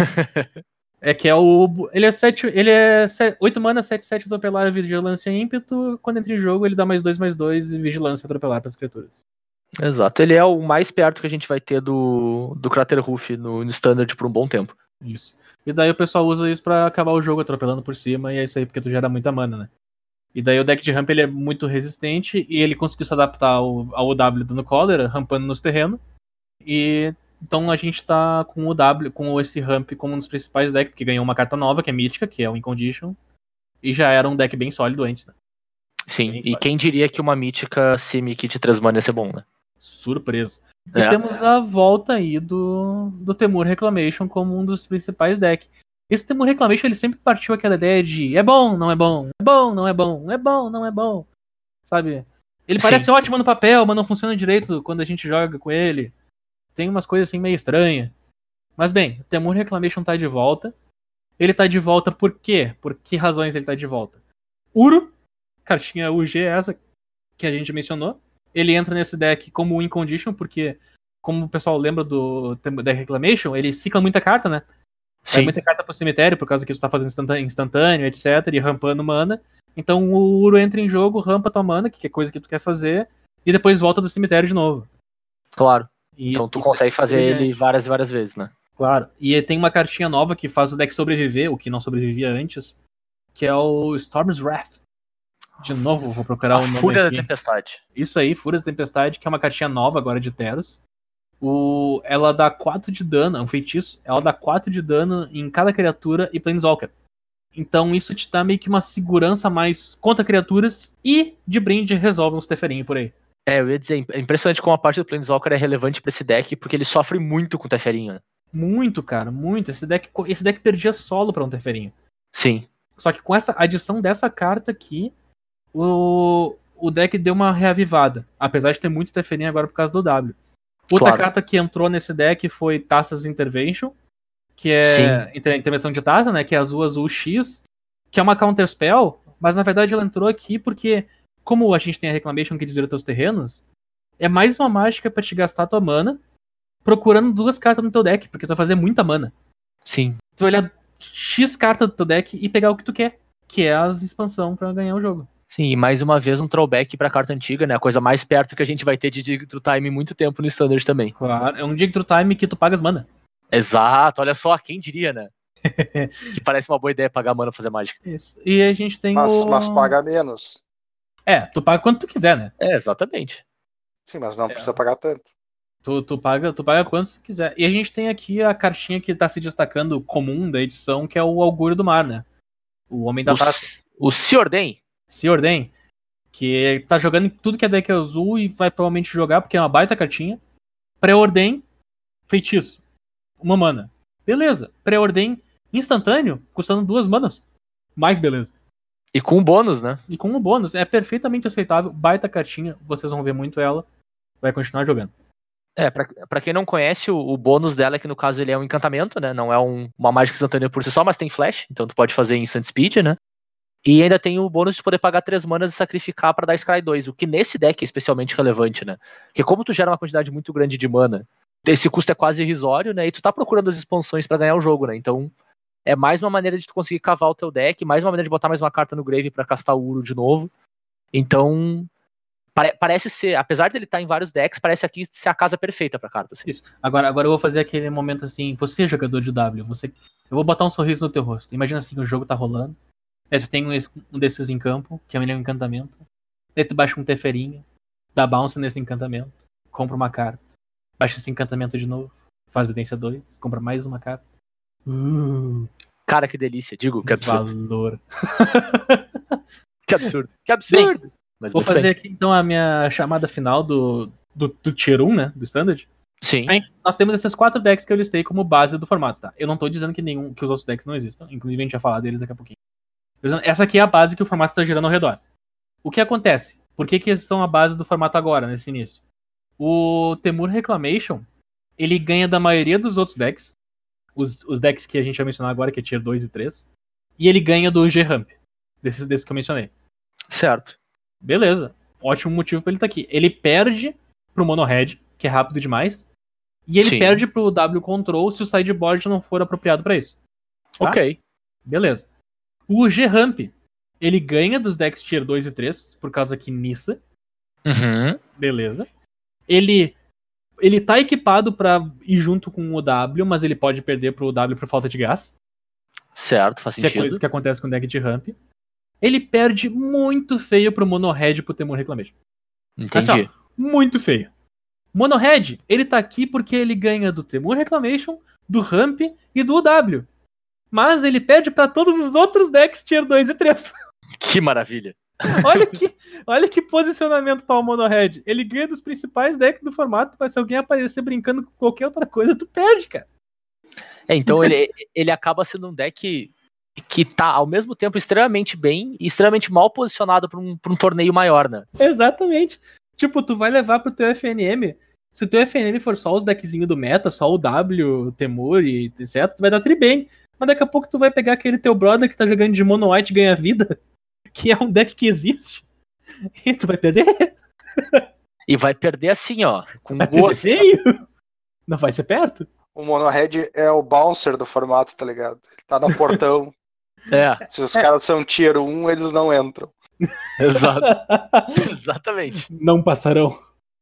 É que é o. Ele é sete. Ele é oito mana, sete, sete atropelar, vigilância e ímpeto. Quando entra em jogo, ele dá mais dois, mais dois e vigilância atropelar para as criaturas. Exato. Ele é o mais perto que a gente vai ter do, do Crater Hoof no, no Standard por um bom tempo. Isso. E daí o pessoal usa isso pra acabar o jogo atropelando por cima, e é isso aí, porque tu gera muita mana, né? E daí o deck de ramp ele é muito resistente, e ele conseguiu se adaptar ao, ao W dando cólera, rampando nos terrenos. E então a gente tá com o W, com esse ramp como um dos principais decks, porque ganhou uma carta nova, que é mítica, que é o Incondition, e já era um deck bem sólido antes, né? Sim, bem e sólido. Quem diria que uma mítica Simic de três mana ia ser bom, né? Surpreso. E É. temos a volta aí do, do Temur Reclamation como um dos principais decks. Esse Temur Reclamation ele sempre partiu aquela ideia de é bom, não é bom, é bom, não é bom, é bom, não é bom. Sabe? Ele Sim. parece ótimo no papel, mas não funciona direito quando a gente joga com ele. Tem umas coisas assim meio estranhas. Mas bem, o Temur Reclamation tá de volta. Ele tá de volta por quê? Por que razões ele tá de volta? Uro, cartinha U G essa que a gente mencionou. Ele entra nesse deck como win condition, porque, como o pessoal lembra do deck Reclamation, ele cicla muita carta, né? Vai Sim. muita carta pro cemitério, por causa que tu tá fazendo instantâneo, instantâneo, etcétera, e rampando mana. Então o Uro entra em jogo, rampa tua mana, que é coisa que tu quer fazer, e depois volta do cemitério de novo. Claro. E então tu isso consegue é fazer ele inteligente. várias e várias vezes, né? Claro. E tem uma cartinha nova que faz o deck sobreviver, o que não sobrevivia antes, que é o Storm's Wrath. De novo, vou procurar A o nome Fúria aqui. da Tempestade. Isso aí, Fúria da Tempestade, que é uma cartinha nova agora de Teros. O... Ela dá quatro de dano, é um feitiço. Ela dá quatro de dano em cada criatura e Planeswalker. Então isso te dá meio que uma segurança mais contra criaturas e de brinde resolve uns teferinhos por aí. É, eu ia dizer, é impressionante como a parte do Planeswalker é relevante pra esse deck, porque ele sofre muito com o Teferinho, né? Muito, cara, muito. Esse deck, esse deck perdia solo pra um teferinho. Sim. Só que com essa adição dessa carta aqui, o, o deck deu uma reavivada. Apesar de ter muito teferinho agora por causa do W. Outra Claro. carta que entrou nesse deck foi Taças Intervention, que é Sim. inter- intervenção de taça, né? Que é azul, azul, X, que é uma counter spell, mas na verdade ela entrou aqui porque, como a gente tem a Reclamation que desvira teus terrenos, é mais uma mágica pra te gastar tua mana, procurando duas cartas no teu deck, porque tu vai fazer muita mana. Sim. Tu vai olhar X cartas do teu deck e pegar o que tu quer, que é as expansão pra ganhar o jogo. Sim, e mais uma vez um throwback pra carta antiga, né? A coisa mais perto que a gente vai ter de Dig Through Time em muito tempo no Standard também. Claro, é um Dig Through Time que tu pagas mana. Exato, olha só, quem diria, né? Que parece uma boa ideia pagar mana pra fazer mágica. Isso. E a gente tem Mas, o... mas paga menos. É, tu paga quanto tu quiser, né? É, exatamente. Sim, mas não É. precisa pagar tanto. Tu, tu, paga, tu paga quanto tu quiser. E a gente tem aqui a cartinha que tá se destacando comum da edição, que é o Augúrio do Mar, né? O Homem da O, Taça. o Ciorden. Ciorden. Que tá jogando em tudo que é deck azul e vai provavelmente jogar, porque é uma baita cartinha. Pré-ordem, feitiço. Uma mana. Beleza. Pré-ordem instantâneo, custando duas manas. Mais beleza. E com bônus, né? E com um bônus, é perfeitamente aceitável. Baita cartinha, vocês vão ver muito ela. Vai continuar jogando. É, pra, pra quem não conhece, o, o bônus dela é que no caso ele é um encantamento, né? Não é um, uma mágica instantânea por si só, mas tem flash, então tu pode fazer instant speed, né? E ainda tem o bônus de poder pagar três manas e sacrificar pra dar Scry dois, o que nesse deck é especialmente relevante, né? Porque como tu gera uma quantidade muito grande de mana, esse custo é quase irrisório, né? E tu tá procurando as expansões pra ganhar o jogo, né? Então é mais uma maneira de tu conseguir cavar o teu deck, mais uma maneira de botar mais uma carta no grave pra castar o Uro de novo. Então pare- parece ser, apesar dele estar em vários decks, parece aqui ser a casa perfeita pra carta. Assim. Isso. Agora, agora eu vou fazer aquele momento assim, você jogador de W, você, eu vou botar um sorriso no teu rosto. Imagina assim, o jogo tá rolando, aí tu tem um, um desses em campo, que é um encantamento, aí tu baixa um teferinho, dá bounce nesse encantamento, compra uma carta, baixa esse encantamento de novo, faz evidência dois, compra mais uma carta. Uh, Cara, que delícia, digo, que absurdo. valor. Que absurdo, que absurdo. Mas Vou muito fazer bem. aqui então a minha chamada final do, do, do Tier um, né, do Standard. Sim, Aí, nós temos esses quatro decks que eu listei como base do formato, tá? Eu não tô dizendo que nenhum, que os outros decks não existam, inclusive a gente vai falar deles daqui a pouquinho. Essa aqui é a base que o formato está girando ao redor. O que acontece? Por que que eles são a base do formato agora, nesse início? O Temur Reclamation, ele ganha da maioria dos outros decks, os, os decks que a gente vai mencionar agora, que é Tier dois e três, e ele ganha do G-Ramp, desses, desses que eu mencionei. certo. Beleza, ótimo motivo pra ele estar aqui. Ele perde pro Mono Red, que é rápido demais, e ele Sim. perde pro W Control se o sideboard não for apropriado pra isso. Tá? Ok. Beleza. O G-Ramp, ele ganha dos decks Tier dois e três, por causa que Nissa. Uhum. Beleza. Ele, ele tá equipado pra ir junto com o W, mas ele pode perder pro W por falta de gás. Certo, faz Que é sentido. coisa que acontece com o deck de Ramp. Ele perde muito feio pro Mono Red e pro Temur Reclamation. Entendi. Assim, ó, muito feio. Mono Red, ele tá aqui porque ele ganha do Temur Reclamation, do Ramp e do W. Mas ele perde pra todos os outros decks Tier dois e três. Que maravilha. Olha que, olha que posicionamento tá o Mono Red. Ele ganha dos principais decks do formato, mas se alguém aparecer brincando com qualquer outra coisa, tu perde, cara. É, então ele, ele acaba sendo um deck que tá ao mesmo tempo extremamente bem e extremamente mal posicionado pra um, pra um torneio maior, né? Exatamente. Tipo, tu vai levar pro teu F N M. Se o teu F N M for só os deckzinhos do meta, só o W, o Temur e etcétera, tu vai dar tri bem. Mas daqui a pouco tu vai pegar aquele teu brother que tá jogando de Mono White ganha vida, que é um deck que existe, e tu vai perder. E vai perder assim, ó, com Vai perder gosto. feio. Não vai ser perto. O Mono Red é o bouncer do formato, tá ligado? Ele tá no portão. É, Se os caras são tier um, eles não entram. exato. Exatamente. Não passarão.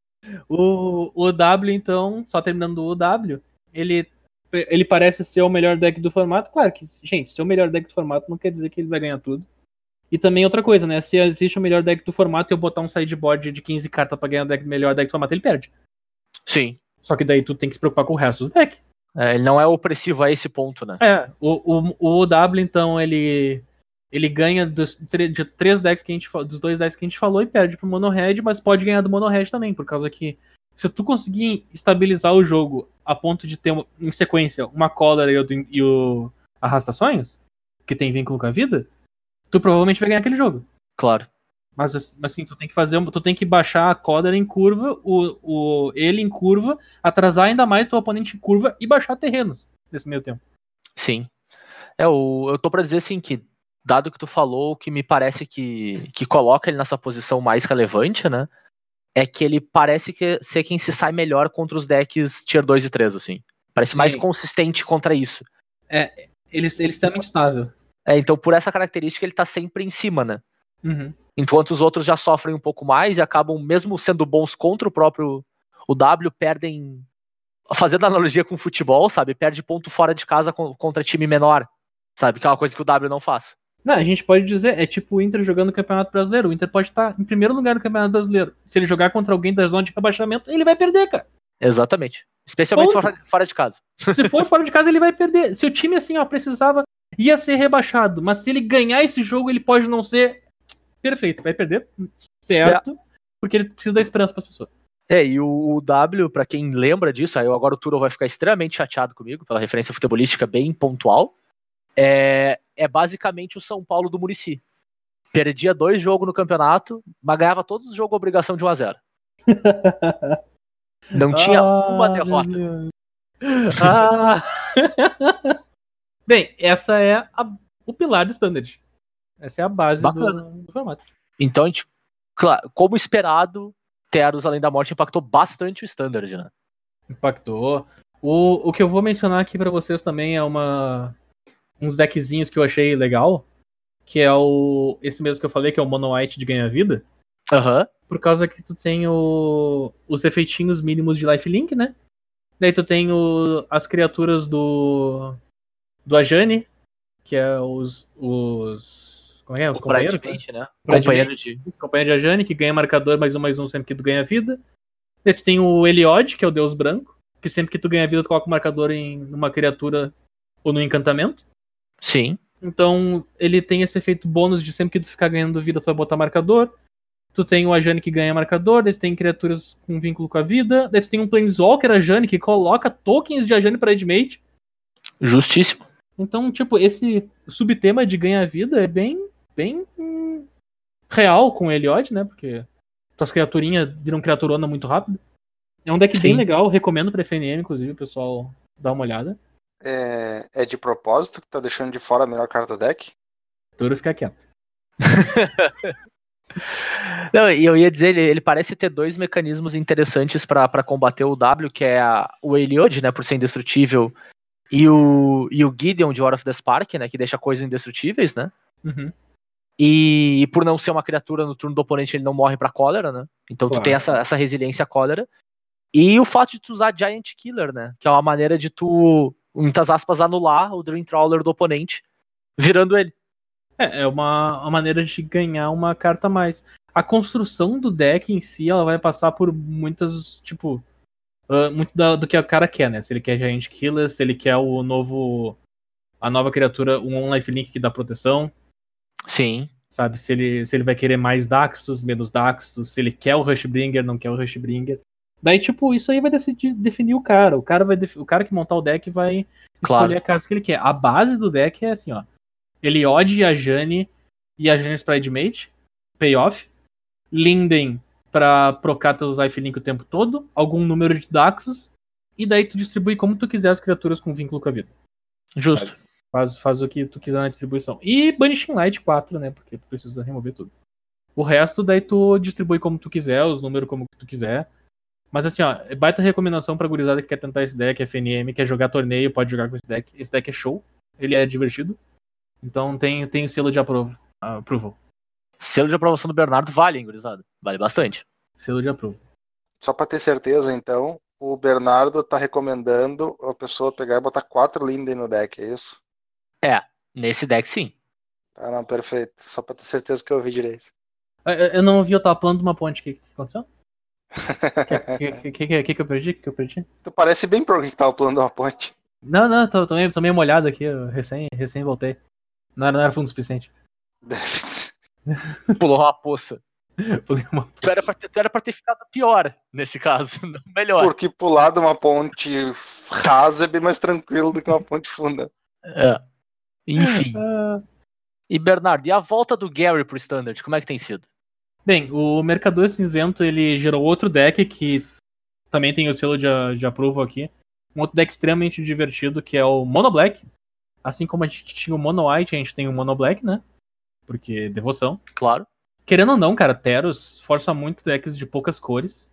O, o W, então, só terminando o W, ele, ele parece ser o melhor deck do formato. Claro que, gente, ser o melhor deck do formato não quer dizer que ele vai ganhar tudo. E também outra coisa, né? Se existe o melhor deck do formato e eu botar um sideboard de quinze cartas pra ganhar o deck, melhor deck do formato, ele perde. Sim. Só que daí tu tem que se preocupar com o resto dos decks. É, ele não é opressivo a esse ponto, né? É, o, o, o W, então, ele ele ganha dos, de três decks que a gente dos dois decks que a gente falou e perde pro Mono Red, mas pode ganhar do Mono Red também, por causa que se tu conseguir estabilizar o jogo a ponto de ter em sequência uma Cólera e o, e o Arrasta-Sonhos, que tem vínculo com a vida, tu provavelmente vai ganhar aquele jogo. Claro. Mas assim, tu tem que fazer, tu tem que baixar a Cólera em curva, o, o, ele em curva, atrasar ainda mais teu oponente em curva e baixar terrenos nesse meio tempo. Sim. É, o, eu tô pra dizer assim que, dado que tu falou, o que me parece que, que coloca ele nessa posição mais relevante, né? É que ele parece que ser quem se sai melhor contra os decks tier dois e três, assim. Parece Sim. mais consistente contra isso. É, ele, ele está muito estável. É, então por essa característica ele tá sempre em cima, né? Uhum. Enquanto os outros já sofrem um pouco mais e acabam, mesmo sendo bons contra o próprio o W, perdem. Fazendo analogia com o futebol, sabe? Perde ponto fora de casa contra time menor, sabe? Que é uma coisa que o W não faz. Não, a gente pode dizer, é tipo o Inter jogando no Campeonato Brasileiro. O Inter pode estar em primeiro lugar no Campeonato Brasileiro. Se ele jogar contra alguém da zona de rebaixamento, ele vai perder, cara. Exatamente. Especialmente Ponto. fora, fora de casa. Se for fora de casa, ele vai perder. Se o time, assim, ó, precisava, ia ser rebaixado. Mas se ele ganhar esse jogo, ele pode não ser perfeito. Vai perder, certo, é. Porque ele precisa dar esperança para as pessoas. É, e o, o W, pra quem lembra disso, aí agora o Turo vai ficar extremamente chateado comigo, pela referência futebolística bem pontual, é, é basicamente o São Paulo do Muricy. Perdia dois jogos no campeonato, mas ganhava todos os jogos obrigação de um a zero. Não tinha ah, uma derrota. Ah. Bem, essa é a, o pilar do Standard. Essa é a base do, do formato. Então, a gente, claro, como esperado, Teros Além da Morte impactou bastante o Standard, né? Impactou. O, o que eu vou mencionar aqui pra vocês também é uma uns deckzinhos que eu achei legal, que é o esse mesmo que eu falei, que é o Mono White de ganha-vida. Aham. Uhum. Por causa que tu tem o, os efeitinhos mínimos de lifelink, né? Daí tu tem o, as criaturas do do Ajani, que é os os como é, é? Os o companheiros, né? né? Companheiro de companheiro de Ajani, que ganha marcador mais um mais um sempre que tu ganha vida. Daí tu tem o Eliod, que é o deus branco, que sempre que tu ganha vida tu coloca o marcador em uma criatura ou no encantamento. Sim. Então ele tem esse efeito bônus de sempre que tu ficar ganhando vida tu vai botar marcador. Tu tem o Ajani que ganha marcador, daí tu tem criaturas com vínculo com a vida, daí tu tem um Planeswalker Ajani que coloca tokens de Ajani para Edmate. Justíssimo. Então, tipo, esse subtema de ganhar vida é bem, bem hum, real com o Eliod, né? Porque tuas criaturinhas viram criaturona muito rápido. É um deck Sim. bem legal, recomendo pra F N M, inclusive, o pessoal dá uma olhada. É, é de propósito que tá deixando de fora a melhor carta do deck? Turo fica quieto. Não, e eu ia dizer, ele, ele parece ter dois mecanismos interessantes para combater o W, que é a, o Eliod, né, por ser indestrutível, e o, e o Gideon de War of the Spark, né, que deixa coisas indestrutíveis, né? Uhum. E, e por não ser uma criatura no turno do oponente, ele não morre pra cólera, né? Então Claro. Tu tem essa, essa resiliência à cólera. E o fato de tu usar Giant Killer, né? Que é uma maneira de tu, muitas aspas, anular o Dream Trawler do oponente, virando ele. É, é uma, uma maneira de ganhar uma carta a mais. A construção do deck em si, ela vai passar por muitas, tipo, uh, muito da, do que o cara quer, né? Se ele quer Giant Killer, se ele quer o novo, a nova criatura, um On Lifelink que dá proteção. Sim. Sabe, se ele, se ele vai querer mais Daxus, menos Daxus, se ele quer o Rushbringer, não quer o Rushbringer. Daí, tipo, isso aí vai decidir, definir o cara. O cara, vai def... o cara que montar o deck vai claro. escolher a carta que ele quer. A base do deck é assim, ó. Eliod, Ajani e Ajani Mate, payoff. Linden pra procar teus lifelink o tempo todo. Algum número de Daxus. E daí tu distribui como tu quiser as criaturas com vínculo com a vida. Justo. Sabe? Faz, faz o que tu quiser na distribuição. E Banishing Light quatro, né? Porque tu precisa remover tudo. O resto, daí tu distribui como tu quiser, os números como tu quiser. Mas assim, ó, baita recomendação pra gurizada que quer tentar esse deck, F N M, quer jogar torneio, pode jogar com esse deck. Esse deck é show, ele é divertido. Então tem, tem o selo de aprovo, approval. Selo de aprovação do Bernardo vale, hein, gurizada? Vale bastante. Selo de aprovo. Só pra ter certeza, então, o Bernardo tá recomendando a pessoa pegar e botar quatro Linden no deck, é isso? É, nesse deck sim. Ah, não, perfeito. Só pra ter certeza que eu ouvi direito. Eu, eu não ouvi, eu tava falando de uma ponte. O que, que aconteceu? O que, que, que, que, que eu perdi? O que, que eu perdi? Tu parece bem pro que tava pulando uma ponte. Não, não, tô, tô, meio, tô meio molhado aqui, eu recém, recém voltei. Não era, não era fundo suficiente. Pulou uma poça. Pulei uma Tu era, pra ter, tu era pra ter ficado pior nesse caso, não melhor. Porque pular de uma ponte rasa é bem mais tranquilo do que uma ponte funda. É. Enfim. Ah. E Bernardo, e a volta do Gary pro Standard, como é que tem sido? Bem, o Mercador Cinzento, ele gerou outro deck que também tem o selo de, de aprovo aqui. Um outro deck extremamente divertido, que é o Mono Black. Assim como a gente tinha o Mono White, a gente tem o Mono Black, né? Porque devoção. Claro. Querendo ou não, cara, Teros força muito decks de poucas cores.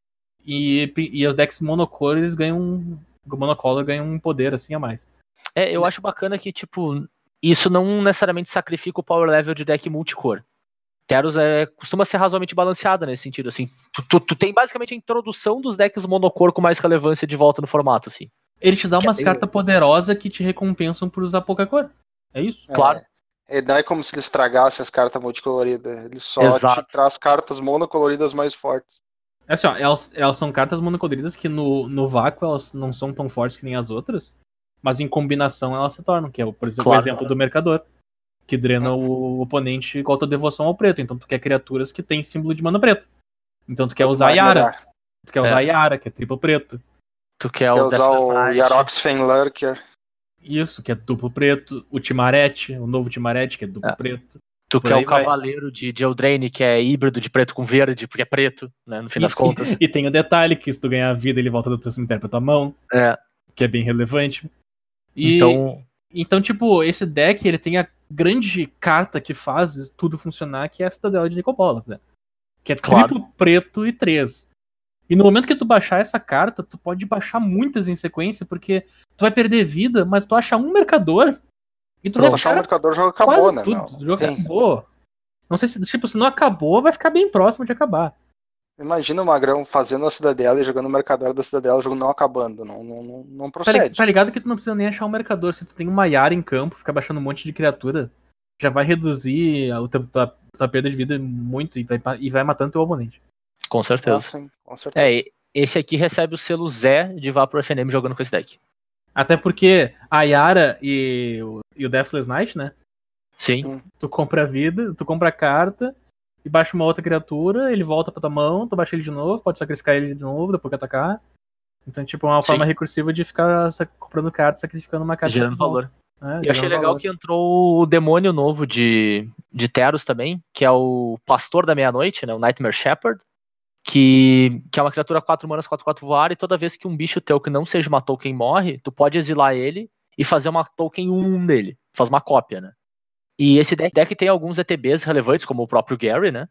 E, e os decks monocores ganham um... O monocolor ganha um poder assim a mais. É, eu acho bacana que, tipo, isso não necessariamente sacrifica o power level de deck multicor. Teros é, costuma ser razoavelmente balanceada nesse sentido, assim. Tu, tu, tu tem basicamente a introdução dos decks monocor com mais relevância de volta no formato, assim. Ele te dá Que umas é bem- cartas poderosas que te recompensam por usar pouca cor. É isso? Claro. É, não é como se ele estragasse as cartas multicoloridas. Ele só Exato. te traz cartas monocoloridas mais fortes. É assim, ó, elas, elas são cartas monocoloridas que no, no vácuo elas não são tão fortes que nem as outras, mas em combinação elas se tornam, que é, por exemplo, Claro. o exemplo do Mercador, que drena o oponente com a tua devoção ao preto. Então tu quer criaturas que tem símbolo de mana preto. Então tu quer Quanto usar mais Yara. melhor. Tu quer É. usar Yara, que é triplo preto. Tu quer, Quer o usar Deathless o Knight. Yarox Fenlurker. Isso, que é duplo preto. O Timarete, o novo Timarete, que é duplo É. preto. Tu Por quer aí o vai. Cavaleiro de, de Eldraine, que é híbrido de preto com verde, porque é preto, né, no fim das E, contas. e, e tem o detalhe que se tu ganhar vida, ele volta do teu cemitério pra tua mão, É, que é bem relevante. E, então, Então, tipo, esse deck, ele tem a grande carta que faz tudo funcionar, que é a Cidadela de Nicopolas, né? Que é Claro. triplo preto e três. E no momento que tu baixar essa carta, tu pode baixar muitas em sequência, porque tu vai perder vida, mas tu acha um mercador e tu Se vai achar um achar mercador, o jogo acabou, quase né? tudo. Não, O jogo tem. acabou. Não sei se, tipo, se não acabou, vai ficar bem próximo de acabar. Imagina o Magrão fazendo a Cidadela e jogando o Mercador da Cidadela, o jogo não acabando. Não, não, não, não Tá, li- procede. tá ligado que tu não precisa nem achar um mercador. Se tu tem uma Yara em campo, ficar baixando um monte de criatura, já vai reduzir a tua, tua, tua perda de vida muito e vai, e vai matando teu oponente. com Ah, certeza. sim, com certeza. É, e- esse aqui recebe o selo Zé de Vapor F N M jogando com esse deck. Até porque a Yara e o, e o Deathless Knight, né? Sim, Tu compra a vida, tu compra a carta e baixa uma outra criatura, ele volta pra tua mão, tu baixa ele de novo, pode sacrificar ele de novo depois que atacar. Então, tipo, é uma Sim. forma recursiva de ficar sa- comprando carta, sacrificando uma carta. gerando que volta. valor. É, E gerando achei legal valor. que entrou o demônio novo de, de Teros também, que é o Pastor da Meia-Noite, né? O Nightmare Shepherd. Que, que é uma criatura quatro manas, quatro quatro voar, e toda vez que um bicho teu que não seja uma token morre, tu pode exilar ele e fazer uma token um dele. Faz uma cópia, né? E esse deck, deck tem alguns E T Bs relevantes, como o próprio Gary, né?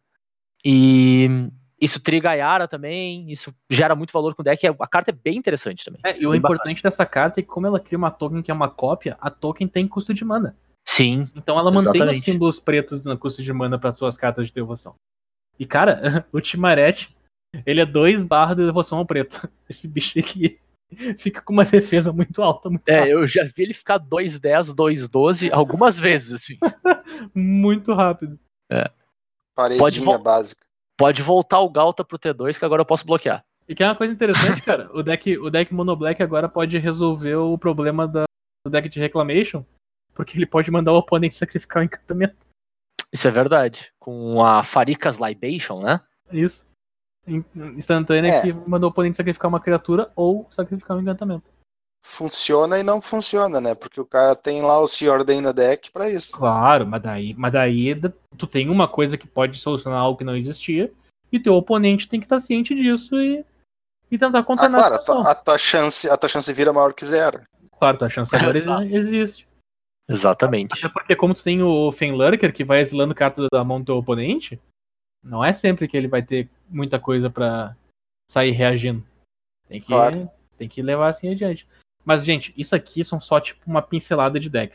E isso triga a Yara também, isso gera muito valor com o deck. A carta é bem interessante também. É, e o Bem importante dessa carta é que, como ela cria uma token que é uma cópia, a token tem custo de mana. Sim, Então ela mantém Exatamente. os símbolos pretos no custo de mana para suas cartas de devoção. E cara, o Timarete, ele é dois barra de devoção ao preto. Esse bicho aqui fica com uma defesa muito alta, muito é, rápido. eu já vi ele ficar dois dez, dois doze algumas vezes, assim. Muito rápido. Paredinha pode vol- básica. Pode voltar o Galta pro T dois, que agora eu posso bloquear. E que é uma coisa interessante, cara, o deck, o deck Mono Black agora pode resolver o problema da, do deck de Reclamation, porque ele pode mandar o oponente sacrificar o encantamento. Isso é verdade. Com a Farikas Libation, né? Isso. In- Instantânea É. que manda o oponente sacrificar uma criatura ou sacrificar um encantamento. Funciona e não funciona, né? Porque o cara tem lá o Seor Dana deck pra isso. Claro, mas daí, mas daí da- tu tem uma coisa que pode solucionar algo que não existia, e teu oponente tem que estar ciente disso e, e tentar Ah, contornar claro, a a situação. tua, a tua chance, a tua chance vira maior que zero. Claro, tua chance agora Exato. existe. Exatamente. Até porque como tu tem o Fenlurker que vai exilando carta da mão do teu oponente, não é sempre que ele vai ter muita coisa pra sair reagindo. Tem que, Claro. tem que levar assim adiante. Mas, gente, isso aqui são só tipo uma pincelada de decks.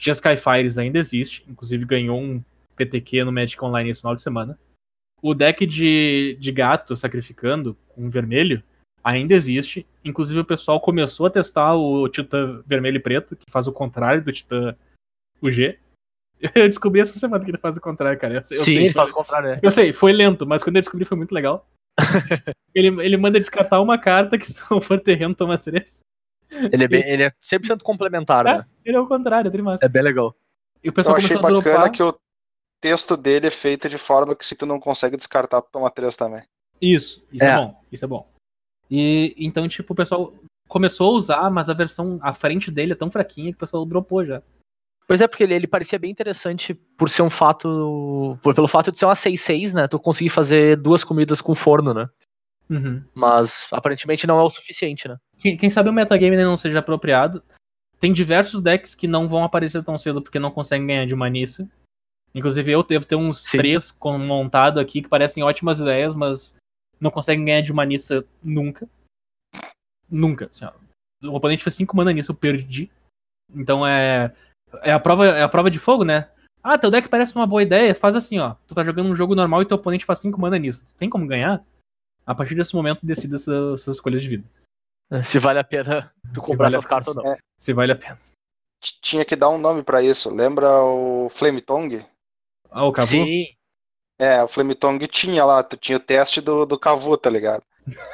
Jeskai Fires ainda existe, inclusive ganhou um P T Q no Magic Online esse final de semana. O deck de, de gato sacrificando com vermelho ainda existe. Inclusive o pessoal começou a testar o Titã vermelho e preto, que faz o contrário do Titã U G. Eu descobri essa semana que ele faz o contrário, cara. Eu, eu Sim, sei, ele foi, faz o contrário, né? Eu sei, foi lento, mas quando eu descobri foi muito legal. ele, ele manda descartar uma carta que se não for terreno toma três. Ele é, bem, ele é cem por cento complementar, É, né? ele é o contrário, é trimassa. É bem legal. E o pessoal Eu achei começou a bacana dropar. que o texto dele é feito de forma que se tu não consegue descartar, tu toma três também. Isso, isso é. É. bom, isso é bom. E então, tipo, o pessoal começou a usar, mas a versão, a frente dele é tão fraquinha que o pessoal dropou já. Pois é, porque ele, ele parecia bem interessante por ser um fato. Por, pelo fato de ser uma seis seis, né? Tu conseguir fazer duas comidas com forno, né? Uhum. Mas aparentemente não é o suficiente, né? Quem, quem sabe o metagame ainda não seja apropriado. Tem diversos decks que não vão aparecer tão cedo porque não conseguem ganhar de Manissa. Inclusive eu devo ter uns Sim. três montado aqui que parecem ótimas ideias, mas não conseguem ganhar de Manissa nunca. Nunca. Assim, ó. O oponente fez cinco mana nisso, eu perdi. Então é. É a, prova, é a prova de fogo, né? Ah, teu deck parece uma boa ideia. Faz assim, ó. Tu tá jogando um jogo normal e teu oponente faz cinco mana nisso. Tem como ganhar? A partir desse momento, decida suas, suas escolhas de vida. Se vale a pena tu Se comprar vale a essas cartas ou não. É. Se vale a pena. T- Tinha que dar um nome pra isso. Lembra o Flametongue? Ah, o Cavu? Sim. É, o Flametongue tinha lá, tu tinha o teste do, do Cavu, tá ligado?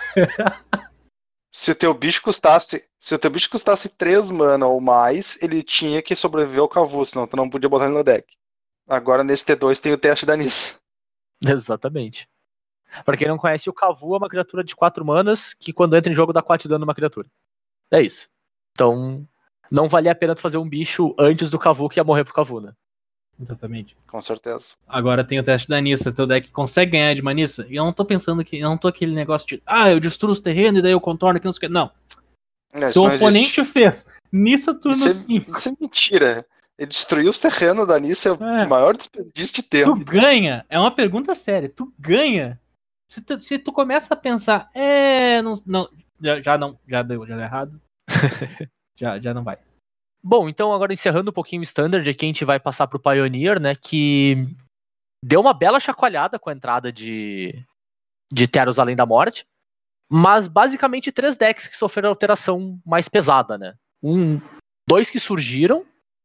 Se o teu bicho custasse, se o teu bicho custasse três mana ou mais, ele tinha que sobreviver ao Cavu, senão tu não podia botar ele no deck. Agora nesse T dois tem o teste da Nissa. Exatamente. Pra quem não conhece, o Cavu é uma criatura de quatro manas que quando entra em jogo dá quatro de dano numa criatura. É isso. Então, não valia a pena tu fazer um bicho antes do Cavu que ia morrer pro Cavu, né? Exatamente. Com certeza. Agora tem o teste da Nissa. Teu deck consegue ganhar de Manissa? E eu não tô pensando que. Eu não tô aquele negócio de. Ah, eu destruo os terrenos e daí eu contorno aqui, não sei o que. Não. É, isso Teu não oponente existe. fez. Nissa turno Isso é, cinco. isso é mentira. Ele destruiu os terrenos da Nissa, é o É. maior desperdício de Tu tempo. ganha. É uma pergunta séria. Tu ganha. Se tu, se tu começa a pensar, é. Não, não já, já não. Já deu, já deu errado. já, já não vai. Bom, então agora encerrando um pouquinho o Standard, aqui a gente vai passar pro Pioneer, né, que deu uma bela chacoalhada com a entrada de, de Teros Além da Morte, mas basicamente três decks que sofreram alteração mais pesada, né. Um, dois que surgiram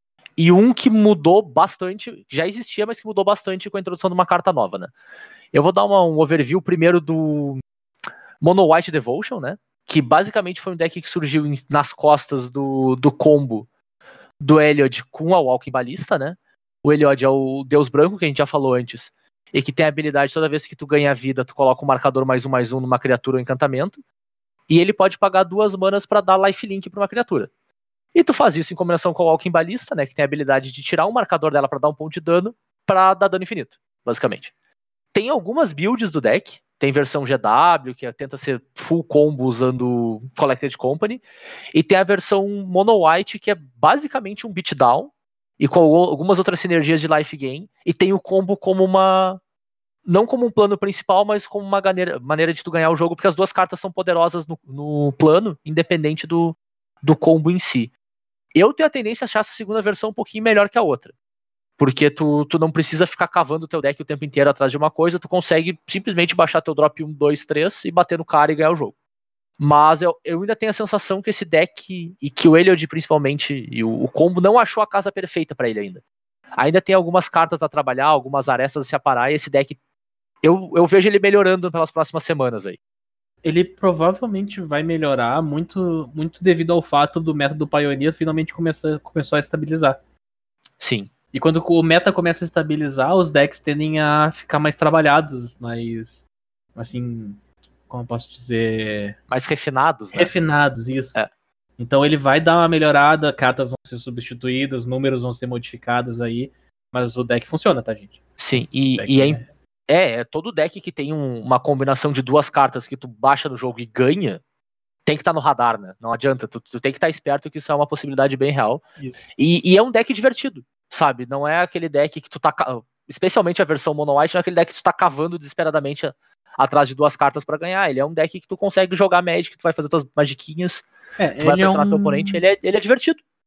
e um que mudou bastante, já existia, mas que mudou bastante com a introdução de uma carta nova, né. Eu vou dar uma, um overview primeiro do Mono White Devotion, né, que basicamente foi um deck que surgiu em, nas costas do, do combo do Eliod com a Walking Ballista, né? O Eliod é o deus branco que a gente já falou antes, e que tem a habilidade, toda vez que tu ganha vida, tu coloca um marcador mais um, mais um numa criatura ou encantamento, e ele pode pagar duas manas pra dar lifelink pra uma criatura. E tu faz isso em combinação com a Walking Ballista, né? Que tem a habilidade de tirar um marcador dela pra dar um ponto de dano, pra dar dano infinito, basicamente. Tem algumas builds do deck, tem versão G W, que tenta ser full combo usando Collected Company, e tem a versão Mono White, que é basicamente um beatdown, e com algumas outras sinergias de life gain, e tem o combo como uma... não como um plano principal, mas como uma maneira, maneira de tu ganhar o jogo, porque as duas cartas são poderosas no, no plano, independente do, do combo em si. Eu tenho a tendência a achar essa segunda versão um pouquinho melhor que a outra. Porque tu, tu não precisa ficar cavando o teu deck o tempo inteiro atrás de uma coisa, tu consegue simplesmente baixar teu drop um, dois, três e bater no cara e ganhar o jogo. Mas eu, eu ainda tenho a sensação que esse deck, e que o Eliod principalmente, e o, o combo não achou a casa perfeita pra ele ainda. Ainda tem algumas cartas a trabalhar, algumas arestas a se aparar, e esse deck, eu, eu vejo ele melhorando pelas próximas semanas aí. Ele provavelmente vai melhorar muito, muito devido ao fato do método Pioneer finalmente começar, começou a estabilizar. Sim. E quando o meta começa a estabilizar, os decks tendem a ficar mais trabalhados, mais, assim, como eu posso dizer... Mais refinados, né? Refinados, isso. É. Então ele vai dar uma melhorada, cartas vão ser substituídas, números vão ser modificados aí, mas o deck funciona, tá, gente? Sim, e, Deck e é, é... é, é todo deck que tem um, uma combinação de duas cartas que tu baixa no jogo e ganha, tem que estar tá no radar, né? Não adianta, tu, tu tem que estar tá esperto que isso é uma possibilidade bem real. E, e é um deck divertido, sabe? Não é aquele deck que tu tá... Especialmente a versão Mono White, não é aquele deck que tu tá cavando desesperadamente a, atrás de duas cartas pra ganhar. Ele é um deck que tu consegue jogar Magic, que tu vai fazer tuas magiquinhas, É, tu vai ele é pressionar um... teu oponente, ele é, ele é divertido.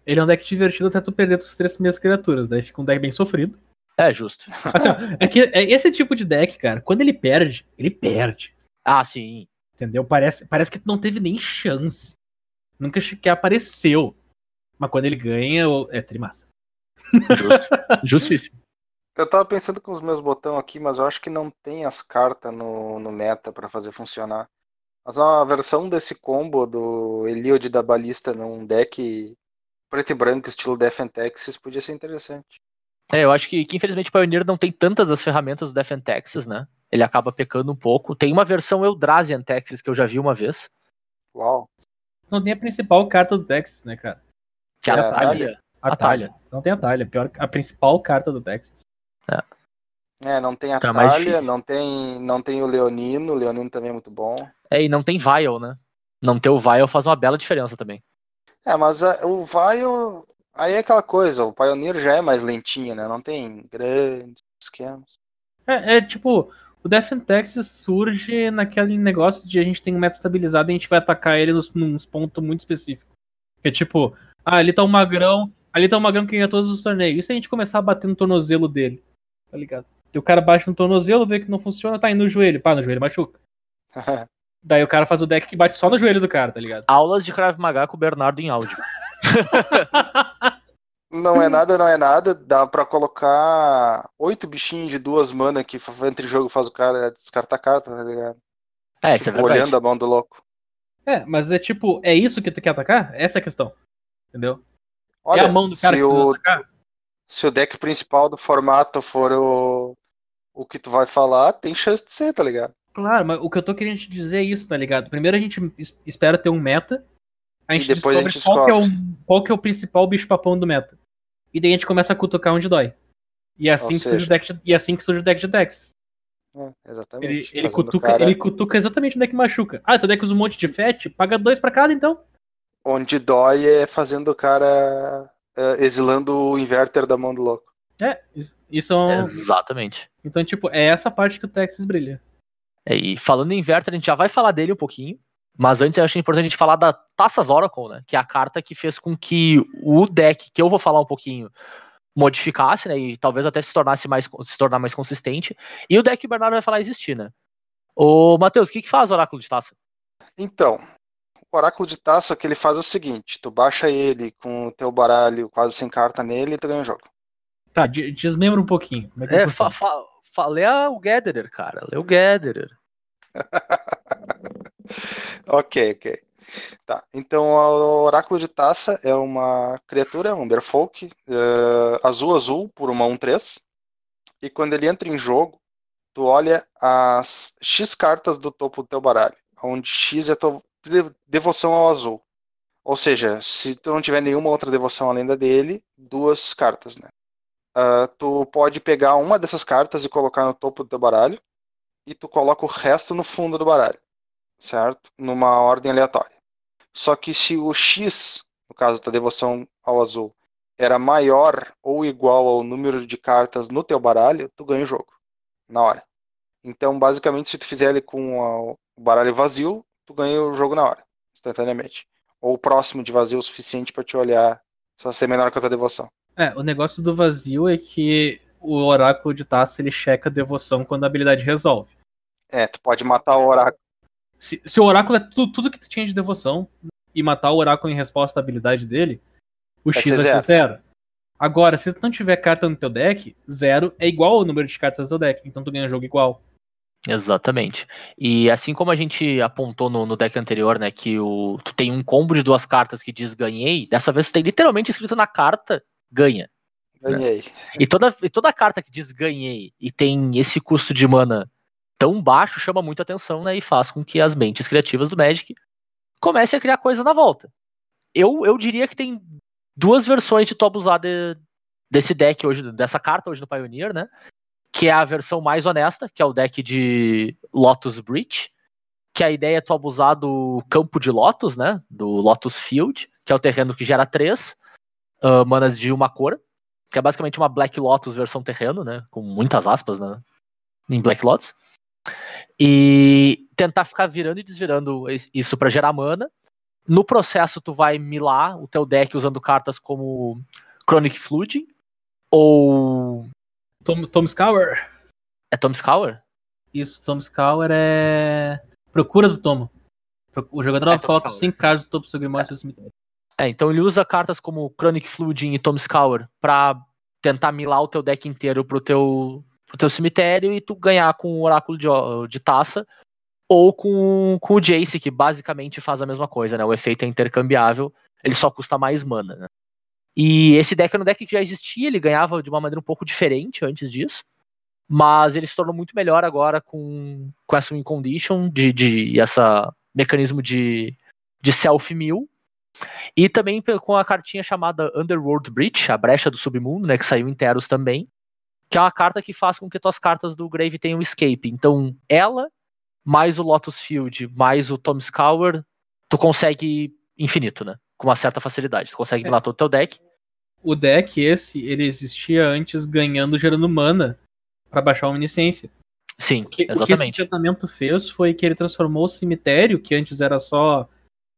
Ele é um deck divertido até tu perder as três primeiras criaturas. Daí fica um deck bem sofrido. É, justo. Assim, ó, é que é esse tipo de deck, cara, quando ele perde, ele perde. Ah, sim. Entendeu? Parece, parece que tu não teve nem chance. Nunca sequer apareceu. Mas quando ele ganha, é trimassa. Justo. Justíssimo. Eu tava pensando com os meus botões aqui, mas eu acho que não tem as cartas no, no meta pra fazer funcionar. Mas uma versão desse combo do Eliod da Balista num deck preto e branco, estilo Death and Texas, podia ser interessante. É, eu acho que, que infelizmente o Pioneer não tem tantas as ferramentas do Death and Texas, né? Ele acaba pecando um pouco. Tem uma versão Eldrazian Texas que eu já vi uma vez. Uau. Não tem a principal carta do Texas, né, cara? Que é É, a a Talha. Talha. A A Talha. Não tem a Talha. Pior, a principal carta do Texas. É, não tem a Então é mais Talha, difícil. não tem, não tem o Leonino, o Leonino também é muito bom. É, e não tem Vial, né? Não ter o Vial faz uma bela diferença também. É, mas a- o Vaio, aí é aquela coisa, o Pioneer já é mais lentinho, né? Não tem grandes esquemas. É, é tipo, o Death and Texas surge naquele negócio de a gente tem um meta estabilizado e a gente vai atacar ele nos, nos pontos muito específicos. Que é tipo, ah, ali tá um magrão, ali tá um magrão que ganha todos os torneios. E se a gente começar a bater no tornozelo dele? Tá ligado? E o cara bate no tornozelo, vê que não funciona, tá indo no joelho. Pá, no joelho machuca. Daí o cara faz o deck que bate só no joelho do cara, tá ligado? Aulas de Krav Maga com o Bernardo em áudio. Não é nada, não é nada. Dá pra colocar oito bichinhos de duas mana que entre jogo faz o cara descartar carta, tá ligado? É, isso é Tipo, verdade. olhando a mão do louco. É, mas é tipo, é isso que tu quer atacar? Essa é a questão. Entendeu? Olha, é a mão do cara se que tu o, vai atacar? se o deck principal do formato for o, o que tu vai falar, tem chance de ser, tá ligado? Claro, mas o que eu tô querendo te dizer é isso, tá ligado? Primeiro a gente es- espera ter um meta, a E gente depois a descobre gente qual, que é o, descobre. qual que é o principal bicho-papão do meta. E daí a gente começa a cutucar onde dói. E é assim, Ou que, surge o seja, deck de, e é assim que surge o deck de Texas. É, Ele, exatamente. ele, Fazendo cutuca, cara ele cutuca exatamente onde é que machuca. Ah, teu deck usa um monte de fat? Paga dois pra cada, então. onde dói é fazendo o cara é, exilando o inverter da mão do louco. É, isso, isso é um... Exatamente. Então, tipo, é essa parte que o Texas brilha. É, e falando em Inverter, a gente já vai falar dele um pouquinho. Mas antes eu acho importante a gente falar da Taças Oracle, né? Que é a carta que fez com que o deck, que eu vou falar um pouquinho, modificasse, né? E talvez até se tornasse mais, se tornar mais consistente. E o deck que o Bernardo vai falar existir, né? Ô, Matheus, o que, que faz o Oráculo de Taça? Então, o oráculo de taça que ele faz é o seguinte: tu baixa ele com o teu baralho quase sem carta nele e tu ganha o jogo. Tá, de- desmembra um pouquinho. Como é que É, funciona? fa, fa, fa, lê o Gatherer, cara. Lê o Gatherer. Ok, ok. Tá. Então, o oráculo de taça é uma criatura, um Merfolk, uh, azul azul por uma um três. E quando ele entra em jogo, tu olha as X cartas do topo do teu baralho, onde X é a tua devoção ao azul. Ou seja, se tu não tiver nenhuma outra devoção além da dele, duas cartas, né? Uh, tu pode pegar uma dessas cartas e colocar no topo do teu baralho, e tu coloca o resto no fundo do baralho, certo? Numa ordem aleatória. Só que se o X, no caso da devoção ao azul, era maior ou igual ao número de cartas no teu baralho, tu ganha o jogo, na hora. Então, basicamente, se tu fizer ele com a, o baralho vazio, tu ganha o jogo na hora, instantaneamente. Ou próximo de vazio o suficiente para te olhar, só ser menor que a tua devoção. É, o negócio do vazio é que o oráculo de taça ele checa a devoção quando a habilidade resolve. É, tu pode matar o oráculo. Se, se o oráculo é tu, tudo que tu tinha de devoção e matar o oráculo em resposta à habilidade dele, o Vai X ser vai ser zero. zero. Agora, se tu não tiver carta no teu deck, zero é igual ao número de cartas do teu deck. Então tu ganha o jogo igual. Exatamente. E assim como a gente apontou no, no deck anterior, né, que o, tu tem um combo de duas cartas que diz ganhei, dessa vez tu tem literalmente escrito na carta ganha. Ganhei. E toda, e toda carta que diz ganhei e tem esse custo de mana tão baixo chama muita atenção, né, e faz com que as mentes criativas do Magic comecem a criar coisa na volta. Eu, eu diria que tem duas versões de tu abusar de, desse deck hoje, dessa carta hoje no Pioneer, né? Que é a versão mais honesta, que é o deck de Lotus Breach, que a ideia é tu abusar do campo de Lotus, né? Do Lotus Field, que é o terreno que gera três uh, manas de uma cor, que é basicamente uma Black Lotus versão terreno, né? Com muitas aspas, né? Em Black Lotus. E tentar ficar virando e desvirando isso para gerar mana. no processo tu vai milar o teu deck usando cartas como Chronic Flood ou... Tom, Tom Scour. É Tom Scour? Isso, Tom Scour é... Procura do Tomo. O jogador É, coloca Tom cinco Scour, cartas do topo do seu Grimório no seu cemitério. É, então ele usa cartas como Chronic Flood e Tom Scour pra tentar milar o teu deck inteiro pro teu, pro teu cemitério e tu ganhar com o Oráculo de, de Taça ou com, com o Jace, que basicamente faz a mesma coisa, né? O efeito é intercambiável, ele só custa mais mana, né? E esse deck era um deck que já existia, ele ganhava de uma maneira um pouco diferente antes disso, mas ele se tornou muito melhor agora com, com essa win condition, de, de essa mecanismo de, de self-mill, e também com a cartinha chamada Underworld Breach, a brecha do submundo, né, que saiu em Teros também, que é uma carta que faz com que tuas cartas do Grave tenham escape. Então, ela, mais o Lotus Field, mais o Tom Scour, tu consegue infinito, né? Com uma certa facilidade. Tu consegue milar todo o teu deck. O deck esse, ele existia antes ganhando, gerando mana pra baixar a Omnisciência. Sim, O que, o que esse exatamente. encantamento fez foi que ele transformou o cemitério, que antes era só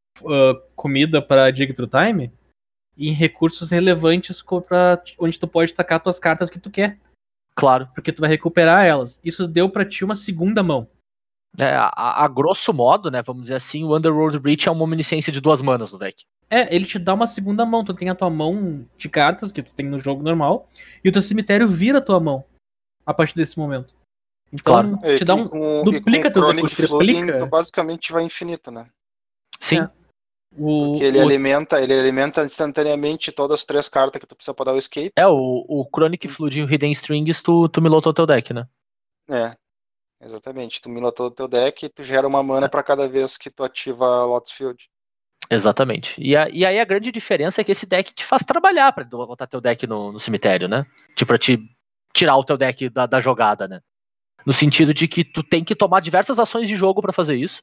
uh, comida pra Dig Through Time, em recursos relevantes pra, onde tu pode tacar tuas cartas que tu quer. Claro. Porque tu vai recuperar elas. Isso deu pra ti uma segunda mão. É, a, a grosso modo, né, vamos dizer assim, o Underworld Breach é uma omnisciência de duas manas no deck. É, ele te dá uma segunda mão. Tu tem a tua mão de cartas, que tu tem no jogo normal, e o teu cemitério vira a tua mão a partir desse momento. Então, Claro. te dá um... E com, duplica e com teus Chronic recursos, Flooding, triplica. tu basicamente vai infinito, né? Sim. É. O, Porque ele o- alimenta, ele alimenta instantaneamente todas as três cartas que tu precisa pra dar o escape. É, o, o Chronic Flood e o Hidden Strings, tu, tu milou todo o teu deck, né? É, exatamente. Tu mila todo o teu deck e tu gera uma mana pra cada vez que tu ativa a Lotus Field. Exatamente. E, a, e aí a grande diferença é que esse deck te faz trabalhar pra botar teu deck no, no cemitério, né? Tipo, pra te tirar o teu deck da, da jogada, né? No sentido de que tu tem que tomar diversas ações de jogo pra fazer isso.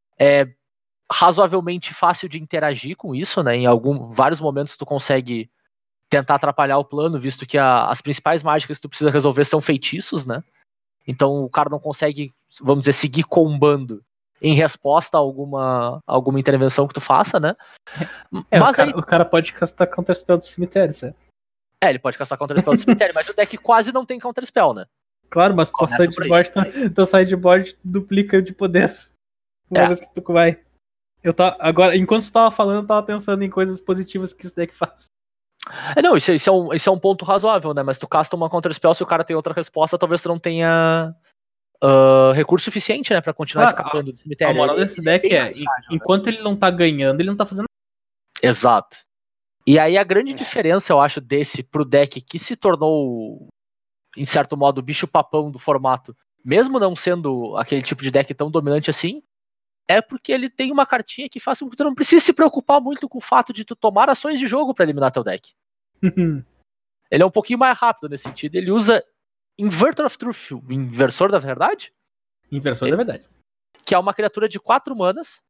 É razoavelmente fácil de interagir com isso, né? Em algum, vários momentos tu consegue tentar atrapalhar o plano, visto que a, as principais mágicas que tu precisa resolver são feitiços, né? Então o cara não consegue, vamos dizer, seguir combando em resposta a alguma, alguma intervenção que tu faça, né? É, mas o, cara, aí, o cara pode castar Counterspell do cemitério, certo? é, ele pode castar Counterspell do cemitério, mas o deck quase não tem Counterspell, né? Claro, mas tua Começa por aí. sideboard, tua, tua sideboard duplica de poder. Uma É. vez que tu vai. Eu tava, agora, enquanto tu tava falando, eu tava pensando em coisas positivas que esse deck faz. É, não, isso, isso, é um, isso é um ponto razoável, né? Mas tu casta uma Counterspell, se o cara tem outra resposta, talvez tu não tenha uh, recurso suficiente, né? Pra continuar Claro, escapando do A cemitério. moral Ele- desse ele deck bem é, mais en- frágil, né? enquanto ele não tá ganhando, ele não tá fazendo Exato. E aí a grande diferença, eu acho, desse pro deck que se tornou, em certo modo, o bicho-papão do formato, mesmo não sendo aquele tipo de deck tão dominante assim, é porque ele tem uma cartinha que faz com que tu não precise se preocupar muito com o fato de tu tomar ações de jogo pra eliminar teu deck. nada. Ele é um pouquinho mais rápido nesse sentido. Ele usa Inverter of Truth, o Inversor da Verdade, Inversor Ele- da verdade. que é uma criatura de quatro manas,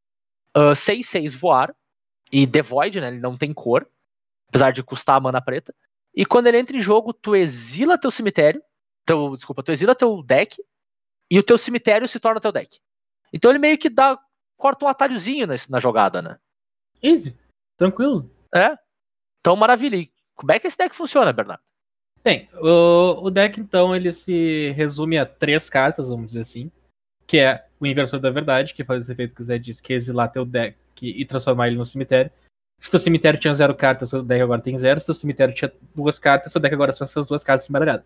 seis seis voar, e Devoid, né? Ele não tem cor, apesar de custar a mana preta. E quando ele entra em jogo, tu exila teu cemitério, teu, desculpa, tu exila teu deck, e o teu cemitério se torna teu deck. Então ele meio que dá, corta um atalhozinho na, na jogada, né? Easy. Tranquilo. É. Então, maravilha. E como é que esse deck funciona, Bernardo? Bem, o, o deck, então, ele se resume a três cartas, vamos dizer assim. Que é o Inversor da Verdade, que faz esse efeito que o Zé disse, que é exilar teu deck e transformar ele no cemitério. Se teu cemitério tinha zero cartas, seu deck agora tem zero. Se teu cemitério tinha duas cartas, seu deck agora são essas duas cartas embaralhadas.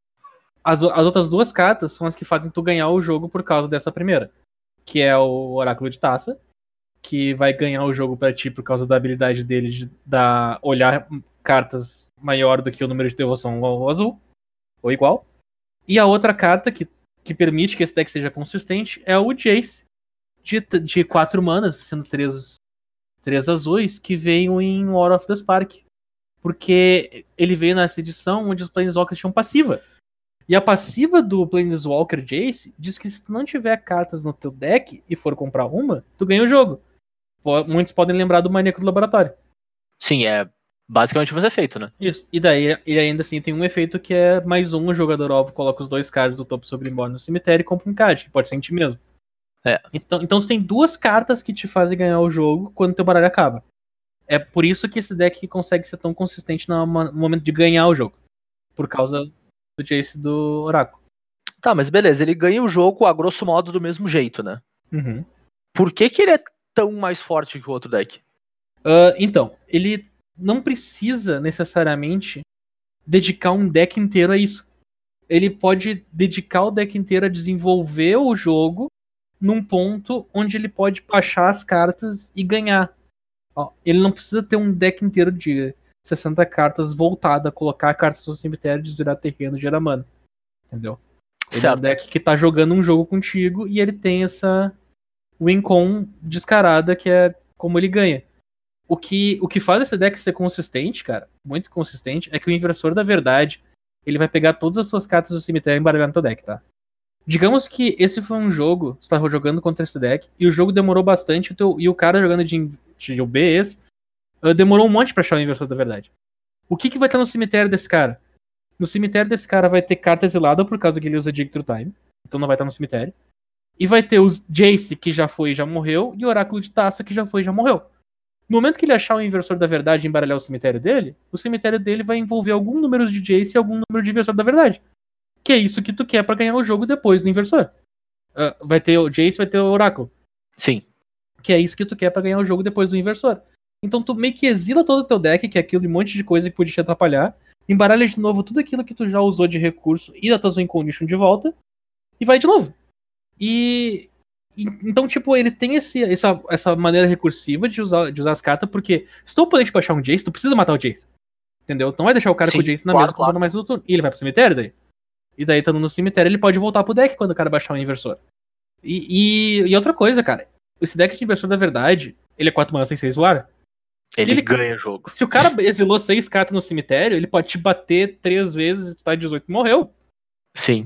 As, as outras duas cartas são as que fazem tu ganhar o jogo por causa dessa primeira. Que é o Oráculo de Taça, que vai ganhar o jogo pra ti por causa da habilidade dele de dar, olhar cartas maior do que o número de devoção ao azul, ou igual. E a outra carta que, que permite que esse deck seja consistente é o Jace, de, de quatro manas, sendo três, três azuis, que veio em War of the Spark. Porque ele veio nessa edição onde os Planeswalkers tinham passiva. E a passiva do Planeswalker Jace diz que se tu não tiver cartas no teu deck e for comprar uma, tu ganha o jogo. Po- Muitos podem lembrar do Maníaco do Laboratório. Sim, é basicamente o que vai ser feito, né? Isso. E daí ele ainda assim tem um efeito que é mais um, o jogador alvo coloca os dois cards do topo sobre embora no cemitério e compra um card, que pode ser em ti mesmo. É. Então, então você tem duas cartas que te fazem ganhar o jogo quando teu baralho acaba. É por isso que esse deck consegue ser tão consistente no momento de ganhar o jogo. Por causa do Jace do Oráculo. Tá, mas beleza, ele ganha o jogo a grosso modo do mesmo jeito, né? Uhum. Por que que ele é tão mais forte que o outro deck? Uh, então, ele não precisa necessariamente dedicar um deck inteiro a isso. Ele pode dedicar o deck inteiro a desenvolver o jogo num ponto onde ele pode baixar as cartas e ganhar. Ó, ele não precisa ter um deck inteiro de sessenta cartas voltado a colocar cartas no cemitério, desvirar terreno e gerar mana. Entendeu? Ele Certo. é um deck que tá jogando um jogo contigo e ele tem essa win-con descarada que é como ele ganha. O que, o que faz esse deck ser consistente, cara, muito consistente, é que o Inversor da Verdade, ele vai pegar todas as suas cartas do cemitério e embaralhar no teu deck, tá? Digamos que esse foi um jogo, você tá jogando contra esse deck, e o jogo demorou bastante, e o, teu, e o cara jogando de, de U B Es uh, demorou um monte pra achar o Inversor da Verdade. O que que vai estar no cemitério desse cara? No cemitério desse cara vai ter carta exilada por causa que ele usa Dig Through Time, então não vai estar no cemitério. E vai ter o Jace, que já foi e já morreu, e o Oráculo de Taça, que já foi e já morreu. No momento que ele achar o Inversor da Verdade e embaralhar o cemitério dele, o cemitério dele vai envolver algum número de Jace e algum número de Inversor da Verdade. Que é isso que tu quer pra ganhar o jogo depois do Inversor. Uh, vai ter o Jace, vai ter o Oráculo. Sim. Que é isso que tu quer pra ganhar o jogo depois do Inversor. Então tu meio que exila todo o teu deck, que é aquilo de um monte de coisa que podia te atrapalhar, embaralha de novo tudo aquilo que tu já usou de recurso e da tua Win Condition de volta, e vai de novo. E... Então, tipo, ele tem esse, essa, essa maneira recursiva de usar, de usar as cartas, porque se tu oponente baixar um Jace, tu precisa matar o Jace. Entendeu? Tu não vai deixar o cara Sim, com o Jace na claro, mesa claro. tomando mais do turno. E ele vai pro cemitério daí. E daí, estando no cemitério, ele pode voltar pro deck quando o cara baixar um Inversor. E, e, e outra coisa, cara. Esse deck de Inversor da Verdade, ele é quatro mana sem seis voar. Ele, ele ganha o jogo. Se o cara exilou seis cartas no cemitério, ele pode te bater três vezes e tu tá dezoito e morreu. Sim.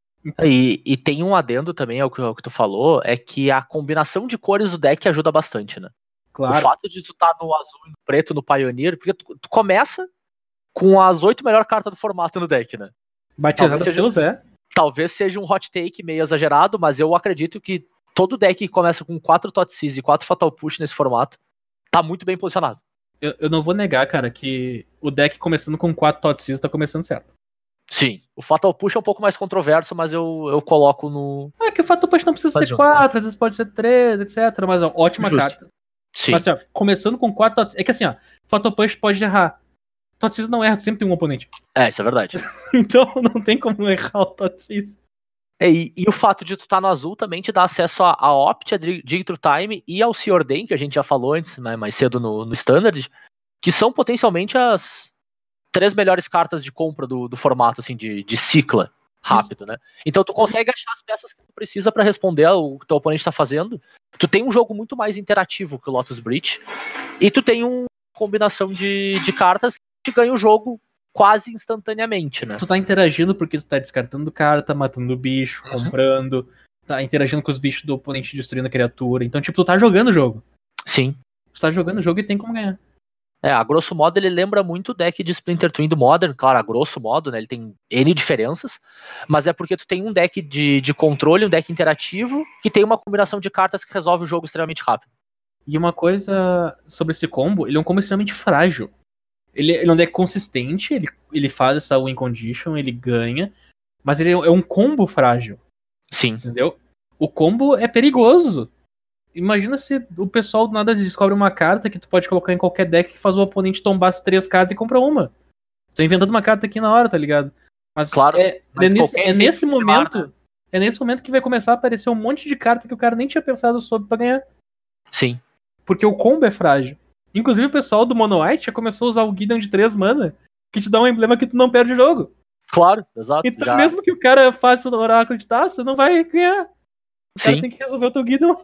E, e tem um adendo também ao que, ao que tu falou, é que a combinação de cores do deck ajuda bastante, né? Claro. O fato de tu tá no azul e no preto no Pioneer, porque tu, tu começa com as oito melhores cartas do formato no deck, né? Batizadas pelos é. Talvez seja um hot take meio exagerado, mas eu acredito que todo deck que começa com quatro Thoughtseize e quatro Fatal Push nesse formato tá muito bem posicionado. Eu, eu não vou negar, cara, que o deck começando com quatro Thoughtseize tá começando certo. Sim, o Fatal Push é um pouco mais controverso, mas eu, eu coloco no... É que o Fatal Push não precisa Faz ser junto. quatro, às vezes pode ser três, etcétera. Mas ó, ótima Justo. carta. Sim, Mas assim, ó, começando com quatro Thoughtseize. É que assim, ó, Fatal Push pode errar. Thoughtseize não erra, sempre tem um oponente. é, isso é verdade. Então não tem como errar o Thoughtseize. É, e, e o fato de tu estar tá no azul também te dá acesso a, a Opt, a Dig Through Time e ao Seordain, que a gente já falou antes, né, mais cedo no, no Standard, que são potencialmente as três melhores cartas de compra do, do formato, assim, de, de cicla rápido, né? Então tu consegue achar as peças que tu precisa pra responder ao que teu oponente tá fazendo. Tu tem um jogo muito mais interativo que o Lotus Breach, e tu tem uma combinação de, de cartas que ganha o jogo quase instantaneamente, né? Tu tá interagindo porque tu tá descartando carta, matando o bicho, Uhum. comprando, tá interagindo com os bichos do oponente, destruindo a criatura. Então, tipo, tu tá jogando o jogo. Sim. Tu tá jogando o jogo e tem como ganhar. É, a grosso modo ele lembra muito o deck de Splinter Twin do Modern, claro, a grosso modo, né, ele tem N diferenças, mas é porque tu tem um deck de, de controle, um deck interativo, que tem uma combinação de cartas que resolve o jogo extremamente rápido. E uma coisa sobre esse combo, ele é um combo extremamente frágil. Ele, ele é um deck consistente, ele, ele faz essa win condition, ele ganha, mas ele é um combo frágil, Sim. entendeu? O combo é perigoso. Imagina se o pessoal do nada descobre uma carta que tu pode colocar em qualquer deck que faz o oponente tombar as três cartas e compra uma. Tô inventando uma carta aqui na hora, tá ligado? Mas Claro, é, mas é nesse, qualquer é jeito nesse similar, momento. né? É nesse momento que vai começar a aparecer um monte de carta que o cara nem tinha pensado sobre pra ganhar. Sim. Porque o combo é frágil. Inclusive o pessoal do Mono White já começou a usar o Gideon de três mana, que te dá um emblema que tu não perde o jogo. Claro, exato. Então já... mesmo que o cara faça o Oráculo de Taça, não vai ganhar. O cara Sim. tem que resolver o teu Gideon.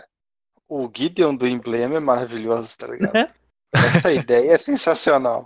O Gideon do emblema é maravilhoso, tá ligado? É. Essa ideia é sensacional.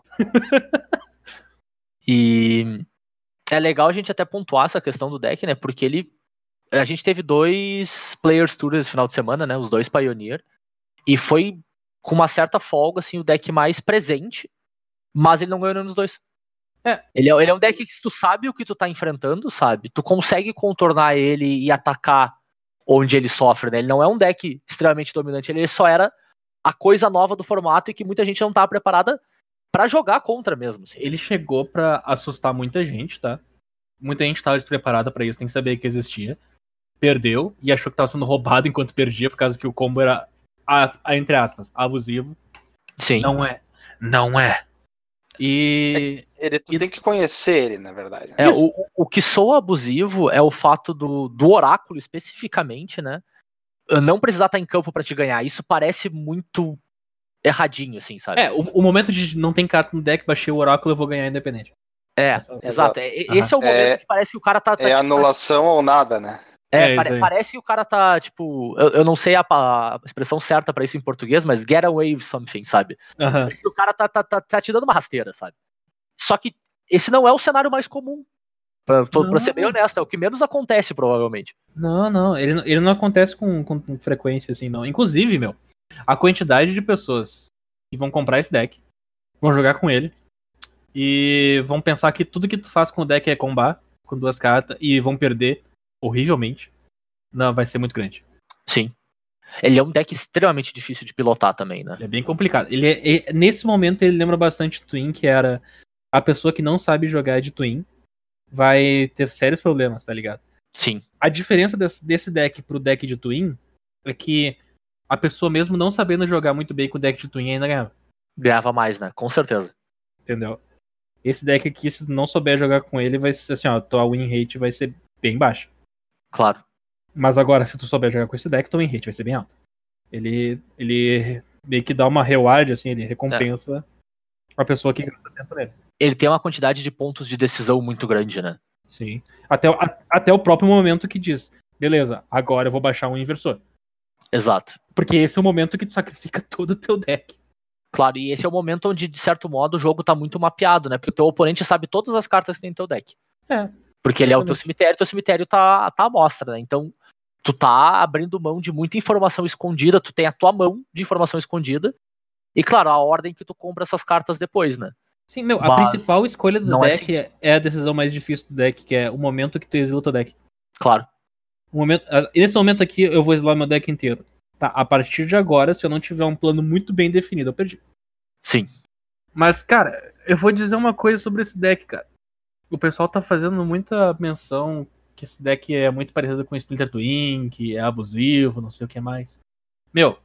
E é legal a gente até pontuar essa questão do deck, né? Porque ele. A gente teve dois Players Tours esse final de semana, né? Os dois Pioneer. E foi com uma certa folga, assim, o deck mais presente. Mas ele não ganhou nenhum dos dois. É. Ele, é. ele é um deck que se tu sabe o que tu tá enfrentando, sabe? Tu consegue contornar ele e atacar onde ele sofre, né? Ele não é um deck extremamente dominante, ele só era a coisa nova do formato e que muita gente não tava preparada pra jogar contra mesmo. Assim. Ele chegou pra assustar muita gente, tá? Muita gente tava despreparada pra isso, tem que saber que existia. Perdeu e achou que tava sendo roubado enquanto perdia, por causa que o combo era, a, a, entre aspas, abusivo. Sim. Não é. Não é. E... Ele, tu e... tem que conhecer ele, na verdade. É, o, o que soa abusivo é o fato do, do oráculo, especificamente, né? Não precisar estar em campo pra te ganhar. Isso parece muito erradinho, assim, sabe? É, o, o momento de não tem carta no deck, baixei o oráculo, eu vou ganhar independente. É, Essa- exato. É, esse é o momento É- que parece que o cara tá... tá É tipo, anulação ou nada, né? É, É, pare- isso aí. parece que o cara tá, tipo... Eu, eu não sei a, a expressão certa pra isso em português, mas get away with something, sabe? Aham. Parece que o cara tá, tá, tá, tá te dando uma rasteira, sabe? Só que esse não é o cenário mais comum. Pra, pra- pra ser bem Não. honesto, é o que menos acontece, provavelmente. Não, não, ele, não- ele não acontece com, com, com frequência assim, não. Inclusive, meu, a quantidade de pessoas que vão comprar esse deck, vão jogar com ele, e vão pensar que tudo que tu faz com o deck é combar, com duas cartas, e vão perder horrivelmente, não, vai ser muito grande. Sim. Ele é um deck extremamente difícil de pilotar também, né? Ele é bem complicado. Ele é, é- nesse momento ele lembra bastante Twin, que era a pessoa que não sabe jogar de Twin, vai ter sérios problemas, tá ligado? Sim. A diferença desse, desse deck pro deck de Twin é que a pessoa, mesmo não sabendo jogar muito bem com o deck de Twin, ainda ganhava. Ganhava mais, né? Com certeza. Entendeu? Esse deck aqui, se tu não souber jogar com ele, vai ser assim, ó, tua win rate vai ser bem baixa. Claro. Mas agora, se tu souber jogar com esse deck, tua win rate vai ser bem alta. Ele, ele meio que dá uma reward, assim, ele recompensa a pessoa que gasta tempo nele. Ele tem uma quantidade de pontos de decisão muito grande, né? Sim. Até, o- a- até o próprio momento que diz, beleza, agora eu vou baixar um inversor. Exato. Porque esse é o momento que tu sacrifica todo o teu deck. Claro, e esse é o momento onde, de certo modo, o jogo tá muito mapeado, né? Porque o teu oponente sabe todas as cartas que tem no teu deck. É. Porque ele é o teu Exatamente. cemitério, teu cemitério tá, tá à mostra, né? Então, tu tá abrindo mão de muita informação escondida, tu tem a tua mão de informação escondida, e claro, a ordem que tu compra essas cartas depois, né? Sim, meu, a Mas principal escolha do não é deck é, é a decisão mais difícil do deck, que é o momento que tu exila o teu deck. Claro. O momento, ah, nesse momento aqui, eu vou exilar meu deck inteiro. Tá, a partir de agora, se eu não tiver um plano muito bem definido, eu perdi. Sim. Mas, cara, eu vou dizer uma coisa sobre esse deck, cara. O pessoal tá fazendo muita menção que esse deck é muito parecido com o Splinter Twin, que é abusivo, não sei o que mais. Meu,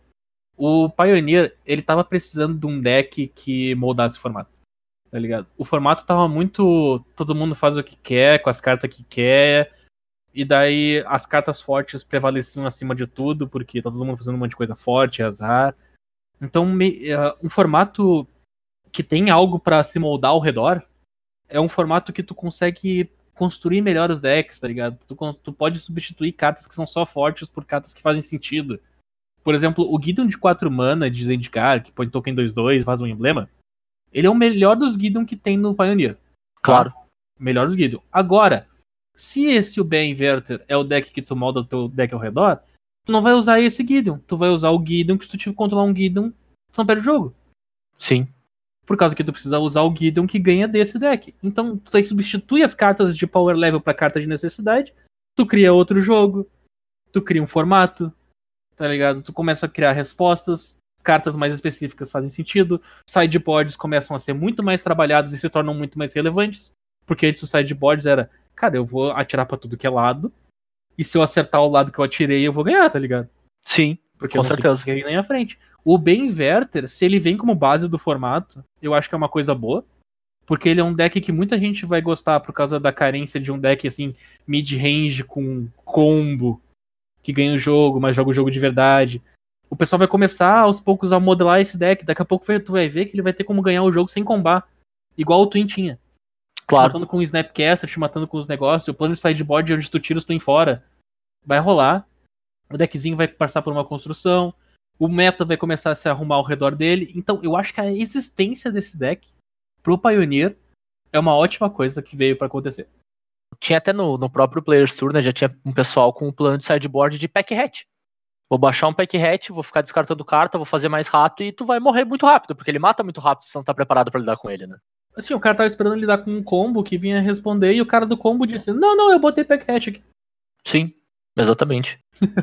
o Pioneer, ele tava precisando de um deck que moldasse o formato, tá ligado? O formato tava muito... todo mundo faz o que quer, com as cartas que quer, e daí as cartas fortes prevaleciam acima de tudo, porque tá todo mundo fazendo um monte de coisa forte, azar. Então, me- uh, um formato que tem algo pra se moldar ao redor é um formato que tu consegue construir melhor os decks, tá ligado? Tu, con- tu pode substituir cartas que são só fortes por cartas que fazem sentido. Por exemplo, o Gideon de quatro mana de Zendikar, que põe token dois dois, faz um emblema, ele é o melhor dos Gideon que tem no Pioneer. Claro. Melhor dos Gideon. Agora, se esse Ubé Inverter é o deck que tu molda o teu deck ao redor, tu não vai usar esse Gideon. Tu vai usar o Gideon que se tu tiver que controlar um Gideon, tu não perde o jogo. Sim. Por causa que tu precisa usar o Gideon que ganha desse deck. Então, tu tem que substituir as cartas de power level pra carta de necessidade, tu cria outro jogo, tu cria um formato, tá ligado? Tu começa a criar respostas, cartas mais específicas fazem sentido, sideboards começam a ser muito mais trabalhados e se tornam muito mais relevantes, porque antes os sideboards era, cara, eu vou atirar pra tudo que é lado, e se eu acertar o lado que eu atirei, eu vou ganhar, tá ligado? Sim. Porque Com eu não certeza. sei nem à frente. O Ben Inverter, se ele vem como base do formato, eu acho que é uma coisa boa. Porque ele é um deck que muita gente vai gostar por causa da carência de um deck assim, mid-range com combo, que ganha o jogo, mas joga o jogo de verdade. O pessoal vai começar aos poucos a modelar esse deck. Daqui a pouco tu vai ver que ele vai ter como ganhar o jogo sem combar. Igual o Twin tinha. Te Claro. matando com o Snapcaster, te matando com os negócios. O plano de sideboard onde tu tira os Twin fora. Vai rolar. O deckzinho vai passar por uma construção. O meta vai começar a se arrumar ao redor dele. Então, eu acho que a existência desse deck pro Pioneer é uma ótima coisa que veio pra acontecer. Tinha até no, no próprio Players Tour, né? Já tinha um pessoal com um plano de sideboard de pack hatch. Vou baixar um pack hatch, vou ficar descartando carta, vou fazer mais rato e tu vai morrer muito rápido, porque ele mata muito rápido se você não tá preparado pra lidar com ele, né? Assim, o cara tava esperando lidar com um combo que vinha responder e o cara do combo disse, não, não, eu botei pack hatch aqui. Sim, Exatamente.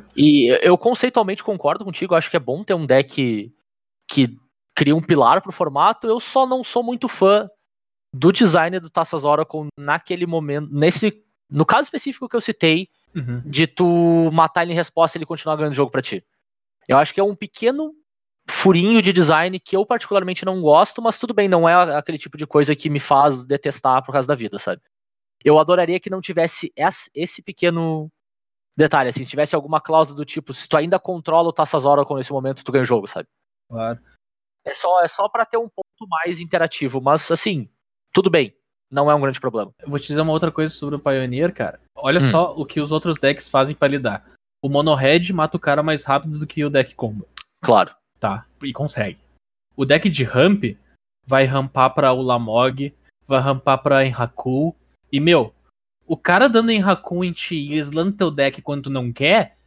E eu conceitualmente concordo contigo, acho que é bom ter um deck que cria um pilar pro formato, eu só não sou muito fã do design do Taças Oracle naquele momento, nesse, no caso específico que eu citei, Uhum. de tu matar ele em resposta e ele continuar ganhando o jogo pra ti. Eu acho que é um pequeno furinho de design que eu particularmente não gosto, mas tudo bem, não é aquele tipo de coisa que me faz detestar por causa da vida, sabe? Eu adoraria que não tivesse esse pequeno detalhe, assim, se tivesse alguma cláusula do tipo, se tu ainda controla o Taças Oracle nesse momento, tu ganha o jogo, sabe? Claro. É só, é só pra ter um ponto mais interativo, mas assim, tudo bem, não é um grande problema. Eu vou te dizer uma outra coisa sobre o Pioneer, cara. Olha Hum. só o que os outros decks fazem pra lidar. O Mono Red mata o cara mais rápido do que o deck combo. Claro. Tá, e consegue. O deck de ramp vai rampar pra Ulamog, vai rampar pra Enraku. E, meu, o cara dando Enraku em ti e islando teu deck quando tu não quer,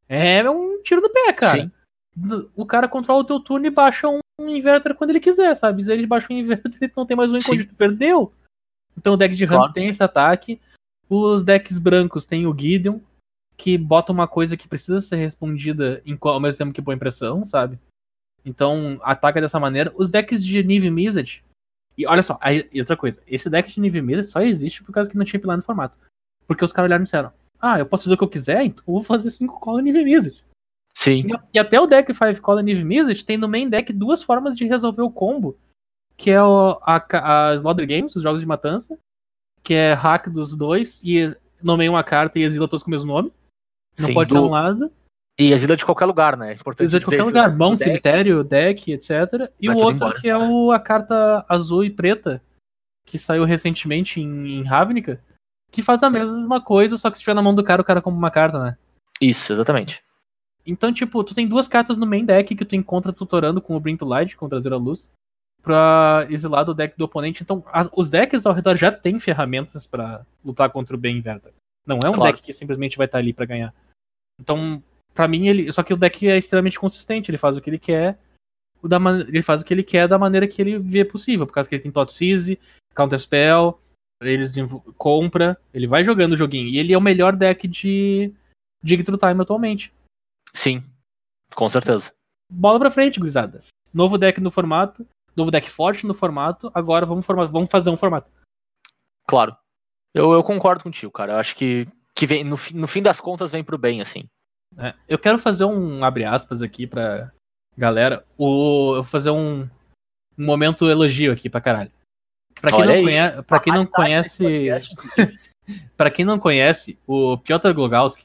é um tiro no pé, cara. Sim. O cara controla o teu turno e baixa um inverter quando ele quiser, sabe? Se ele baixa um inverter, ele não tem mais um encontro, tu perdeu. Então o deck de ramp Claro. tem esse ataque. Os decks brancos tem o Gideon, que bota uma coisa que precisa ser respondida em, ao mesmo tempo que põe pressão, sabe? Então ataca dessa maneira. Os decks de Niv Mizzet. E olha só, aí, e outra coisa, esse deck de Niv Mizzet só existe por causa que não tinha pilar no formato. Porque os caras olharam e disseram: ah, eu posso fazer o que eu quiser, então eu vou fazer cinco cola Niv Mizzet. Sim. E, e até o deck cinco cola Niv Mizzet tem no main deck duas formas de resolver o combo. Que é o, a, a Slaughter Games, os jogos de matança. Que é hack dos dois e nomeia uma carta e exila todos com o mesmo nome. Não Sim, pode do... ter um lado. E exila de qualquer lugar, né? É importante Exila de dizer qualquer isso. lugar. Mão, O deck- cemitério, deck, etcétera. E Vai o tudo outro embora. que é o, a carta azul e preta, que saiu recentemente em, em Ravnica, que faz a mesma coisa, só que se estiver na mão do cara, o cara compra uma carta, né? Isso, exatamente. Então, tipo, tu tem duas cartas no main deck que tu encontra tutorando com o Bring to Light, com o Trazer a Luz, pra exilar do deck do oponente. Então, as- os decks ao redor já tem ferramentas pra lutar contra o Ben Inverter. Não é um Claro. deck que simplesmente vai estar ali pra ganhar. Então, pra mim, ele. Só que o deck é extremamente consistente, ele faz o que ele quer. o Da man... Ele faz o que ele quer da maneira que ele vê possível. Por causa que ele tem Tot Seize, Counter Spell, ele desenvol- compra, ele vai jogando o joguinho. E ele é o melhor deck de Dig Through Time atualmente. Sim, com certeza. Bola pra frente, gurizada. Novo deck no formato, novo deck forte no formato, agora vamos, forma... vamos fazer um formato. Claro. Eu, eu concordo contigo, cara. Eu acho que, que vem, no, fi- no fim das contas vem pro bem, assim. É, eu quero fazer um abre aspas aqui pra galera. O, eu vou fazer um, um momento elogio aqui pra caralho. Pra quem Olha não, aí. conhe... pra quem não Raridade nesse conhece. podcast, inclusive. Pra quem não conhece, o Piotr Glogowski,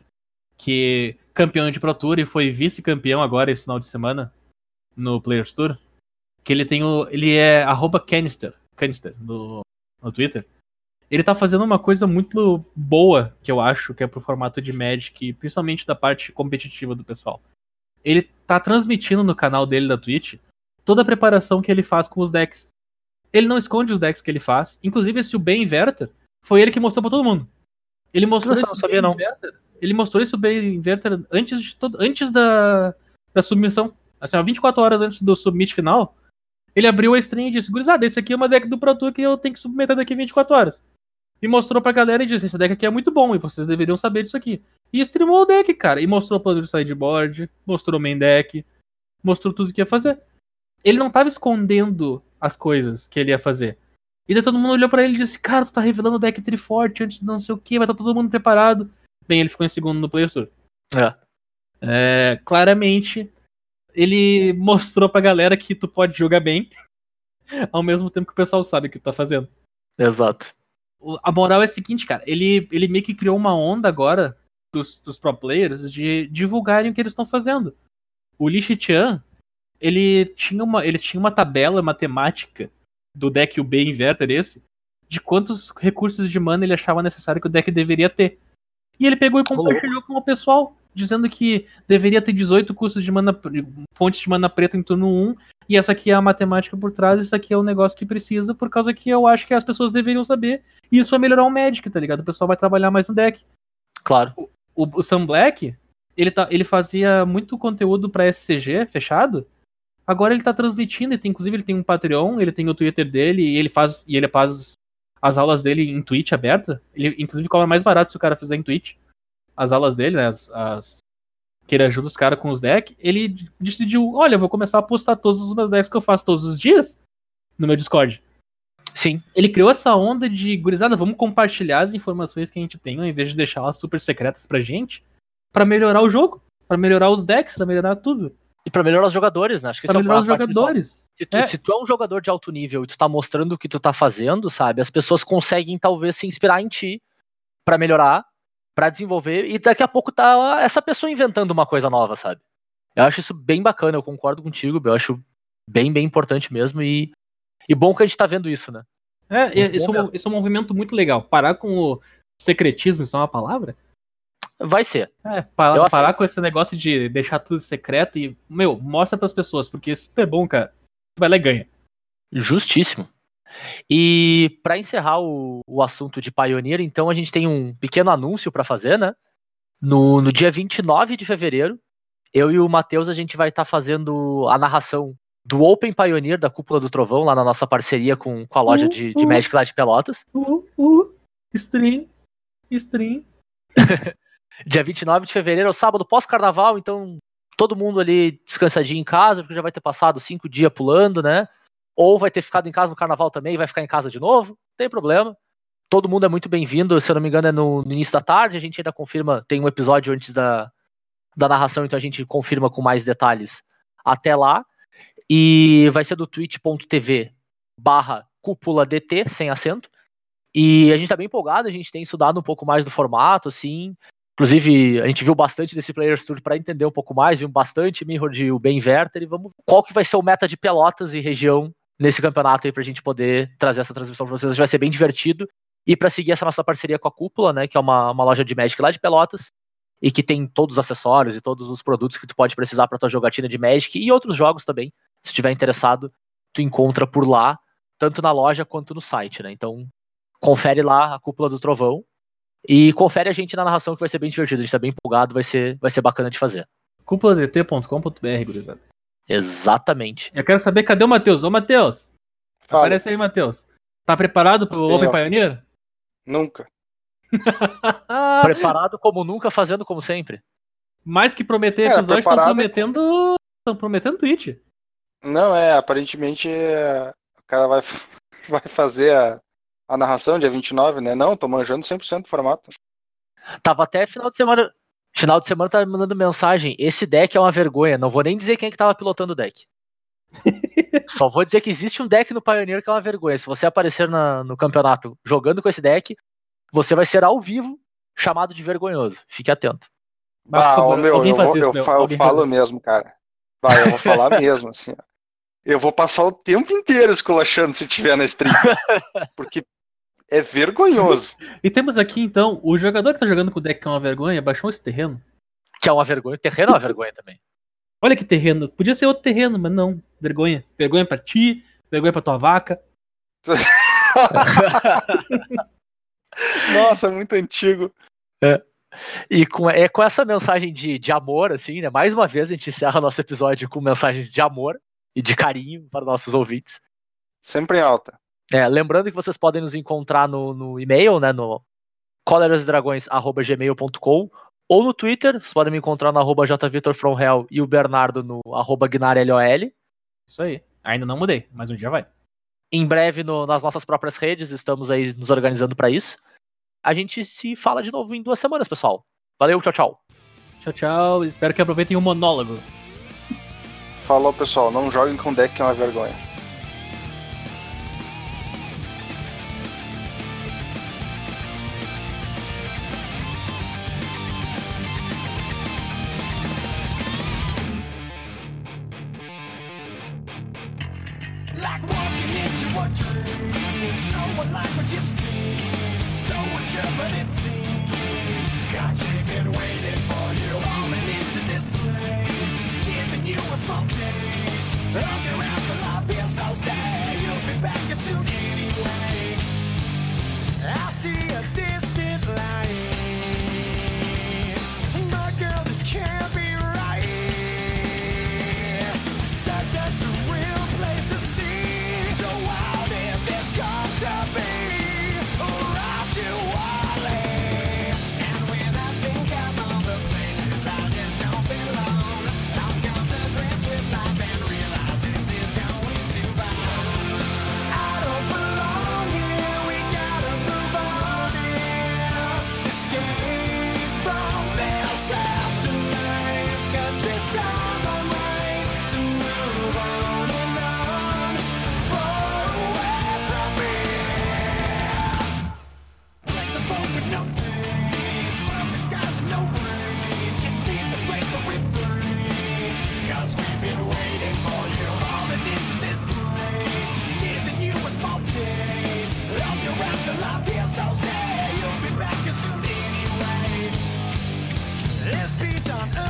que é campeão de Pro Tour e foi vice-campeão agora esse final de semana no Players Tour, que ele tem o. Ele é arroba Canister, Canister no, no Twitter. Ele tá fazendo uma coisa muito boa, que eu acho, que é pro formato de Magic, principalmente da parte competitiva do pessoal. Ele tá transmitindo no canal dele da Twitch toda a preparação que ele faz com os decks. Ele não esconde os decks que ele faz. Inclusive, esse o Ben Inverter foi ele que mostrou pra todo mundo. Ele mostrou Nossa, esse não sabia, não. Inverter, ele mostrou esse Ben Inverter antes, de todo, antes da, da submissão. Assim, ó, vinte e quatro horas antes do submit final, ele abriu a stream e disse: gurizada, esse aqui é uma deck do Pro Tour que eu tenho que submeter daqui a vinte e quatro horas. E mostrou pra galera e disse: esse deck aqui é muito bom e vocês deveriam saber disso aqui. E streamou o deck, cara. E mostrou o plano de sideboard, mostrou o main deck, mostrou tudo que ia fazer. Ele não tava escondendo as coisas que ele ia fazer. E daí todo mundo olhou pra ele e disse: cara, tu tá revelando o deck Triforte antes de não sei o que, vai estar todo mundo preparado. Bem, ele ficou em segundo no Players Tour. É. É, claramente, ele mostrou pra galera que tu pode jogar bem, ao mesmo tempo que o pessoal sabe o que tu tá fazendo. Exato. O- A moral é a seguinte, cara, ele, ele meio que criou uma onda agora dos, dos pro players de divulgarem o que eles estão fazendo. O Li Shiqian, ele tinha uma, ele tinha uma tabela matemática do deck U B Inverter esse, de quantos recursos de mana ele achava necessário que o deck deveria ter. E ele pegou e compartilhou com o pessoal, dizendo que deveria ter dezoito custos de mana, fontes de mana preta em turno um, e essa aqui é a matemática por trás, isso aqui é o negócio que precisa, por causa que eu acho que as pessoas deveriam saber, e isso vai melhorar o Magic, tá ligado? O pessoal vai trabalhar mais no deck. Claro. O, o Sam Black, ele, tá, ele fazia muito conteúdo pra S C G fechado. Agora ele tá transmitindo, ele tem, inclusive ele tem um Patreon, ele tem o Twitter dele, e ele faz, e ele faz as aulas dele em Twitch aberta. Ele inclusive cobra mais barato se o cara fizer em Twitch. as aulas dele, né? As, as... que ele ajuda os caras com os decks, ele decidiu, olha, eu vou começar a postar todos os meus decks que eu faço todos os dias no meu Discord. Sim. Ele criou essa onda de, gurizada, vamos compartilhar as informações que a gente tem, ao invés de deixar elas super secretas pra gente, pra melhorar o jogo, pra melhorar os decks, pra melhorar tudo. E pra melhorar os jogadores, né? Acho que Pra esse melhorar é o os jogadores. Se tu, É. se tu é um jogador de alto nível e tu tá mostrando o que tu tá fazendo, sabe? As pessoas conseguem talvez se inspirar em ti pra melhorar, pra desenvolver, e daqui a pouco tá essa pessoa inventando uma coisa nova, sabe? Eu acho isso bem bacana, eu concordo contigo, eu acho bem, bem importante mesmo, e, e bom que a gente tá vendo isso, né? É, Muito esse é, bom um, mesmo. esse é um movimento muito legal. Parar com o secretismo, isso é uma palavra? Vai ser. É, parar, Eu parar aceito. com esse negócio de deixar tudo secreto e, meu, mostra pras pessoas, porque isso é bom, cara. Tu vai lá e ganha. Justíssimo. E pra encerrar o, o assunto de Pioneer, então a gente tem um pequeno anúncio pra fazer, né? No, no dia vinte e nove de fevereiro, eu e o Matheus, a gente vai estar fazendo a narração do Open Pioneer da Cúpula do Trovão, lá na nossa parceria com, com a loja de, de Magic lá de Pelotas. Uh, uh, stream, stream. Dia vinte e nove de fevereiro, é o sábado pós-carnaval, então todo mundo ali descansadinho em casa, porque já vai ter passado cinco dias pulando, né? Ou vai ter ficado em casa no carnaval também e vai ficar em casa de novo, não tem problema. Todo mundo é muito bem-vindo, se eu não me engano é no, no início da tarde, a gente ainda confirma, tem um episódio antes da, da narração, então a gente confirma com mais detalhes até lá. E vai ser do twitch.tv barra cúpula dt, sem acento. E a gente tá bem empolgado, a gente tem estudado um pouco mais do formato, assim. Inclusive, a gente viu bastante desse Players Tour para entender um pouco mais, viu bastante Mirror de o Ben Werther, e vamos qual que vai ser o meta de Pelotas e região nesse campeonato aí pra gente poder trazer essa transmissão pra vocês. Vai ser bem divertido. E para seguir essa nossa parceria com a Cúpula, né, que é uma, uma loja de Magic lá de Pelotas, e que tem todos os acessórios e todos os produtos que tu pode precisar pra tua jogatina de Magic e outros jogos também. Se estiver interessado, tu encontra por lá, tanto na loja quanto no site, né? Então, confere lá a Cúpula do Trovão e confere a gente na narração que vai ser bem divertido. A gente tá bem empolgado, vai ser, vai ser bacana de fazer. cúpula d t ponto com ponto b r, gurizada. Exatamente. Eu quero saber, cadê o Matheus? Ô, Matheus! Fala. Aparece aí, Matheus. Tá preparado pro Sim, Open ó. Pioneer? Nunca. Preparado como nunca, fazendo como sempre. Mais que prometer É, episódio, estão preparado é- prometendo. Estão prometendo Twitch. Não, é, aparentemente é, o cara vai, vai fazer a, a narração dia vinte e nove, né? Não, tô manjando cem por cento do formato. Tava até final de semana. Final de semana tava me mandando mensagem. Esse deck é uma vergonha. Não vou nem dizer quem é que tava pilotando o deck. Só vou dizer que existe um deck no Pioneer que é uma vergonha. Se você aparecer na- no campeonato jogando com esse deck, você vai ser ao vivo chamado de vergonhoso. Fique atento. Mas, por Ah, favor, ô, meu, alguém eu, faz vou, isso, eu, meu. fa- eu Alguém faz falo isso. mesmo, cara. Vai, eu vou falar mesmo, assim. Ó. Eu vou passar o tempo inteiro esculachando se tiver na stream. Porque é vergonhoso. E temos aqui, então, o jogador que tá jogando com o deck que é uma vergonha, baixou esse terreno. Que é uma vergonha. O terreno é uma vergonha também. Olha que terreno. Podia ser outro terreno, mas não. Vergonha. Vergonha pra ti, vergonha pra tua vaca. Nossa, muito antigo. E com, é com essa mensagem de, de amor, assim, né? Mais uma vez a gente encerra nosso episódio com mensagens de amor e de carinho para nossos ouvintes. Sempre em alta. É, lembrando que vocês podem nos encontrar no, no e-mail, né? No colerasdragões arroba gmail ponto com ou no Twitter. Vocês podem me encontrar no arroba jvitorfromhell e o Bernardo no arroba gnarlol. Isso aí. Ainda não mudei, mas um dia vai. Em breve no, nas nossas próprias redes, estamos aí nos organizando para isso. A gente se fala de novo em duas semanas, pessoal. Valeu, tchau, tchau. Tchau, tchau. Espero que aproveitem o monólogo. Falou, pessoal. Não joguem com deck que é uma vergonha. Like walking into a dream, so unlike what you've seen, so untrue it seems. God, they've been waiting for you, falling into this place, just giving you a small taste of your afterlife. Feel so stay, you'll be back as soon anyway. I see a distant light, my girl, this can't be right. Such a surreal place to see, so wild and this come to be. Arrive too early, and when I think I'm peace on earth.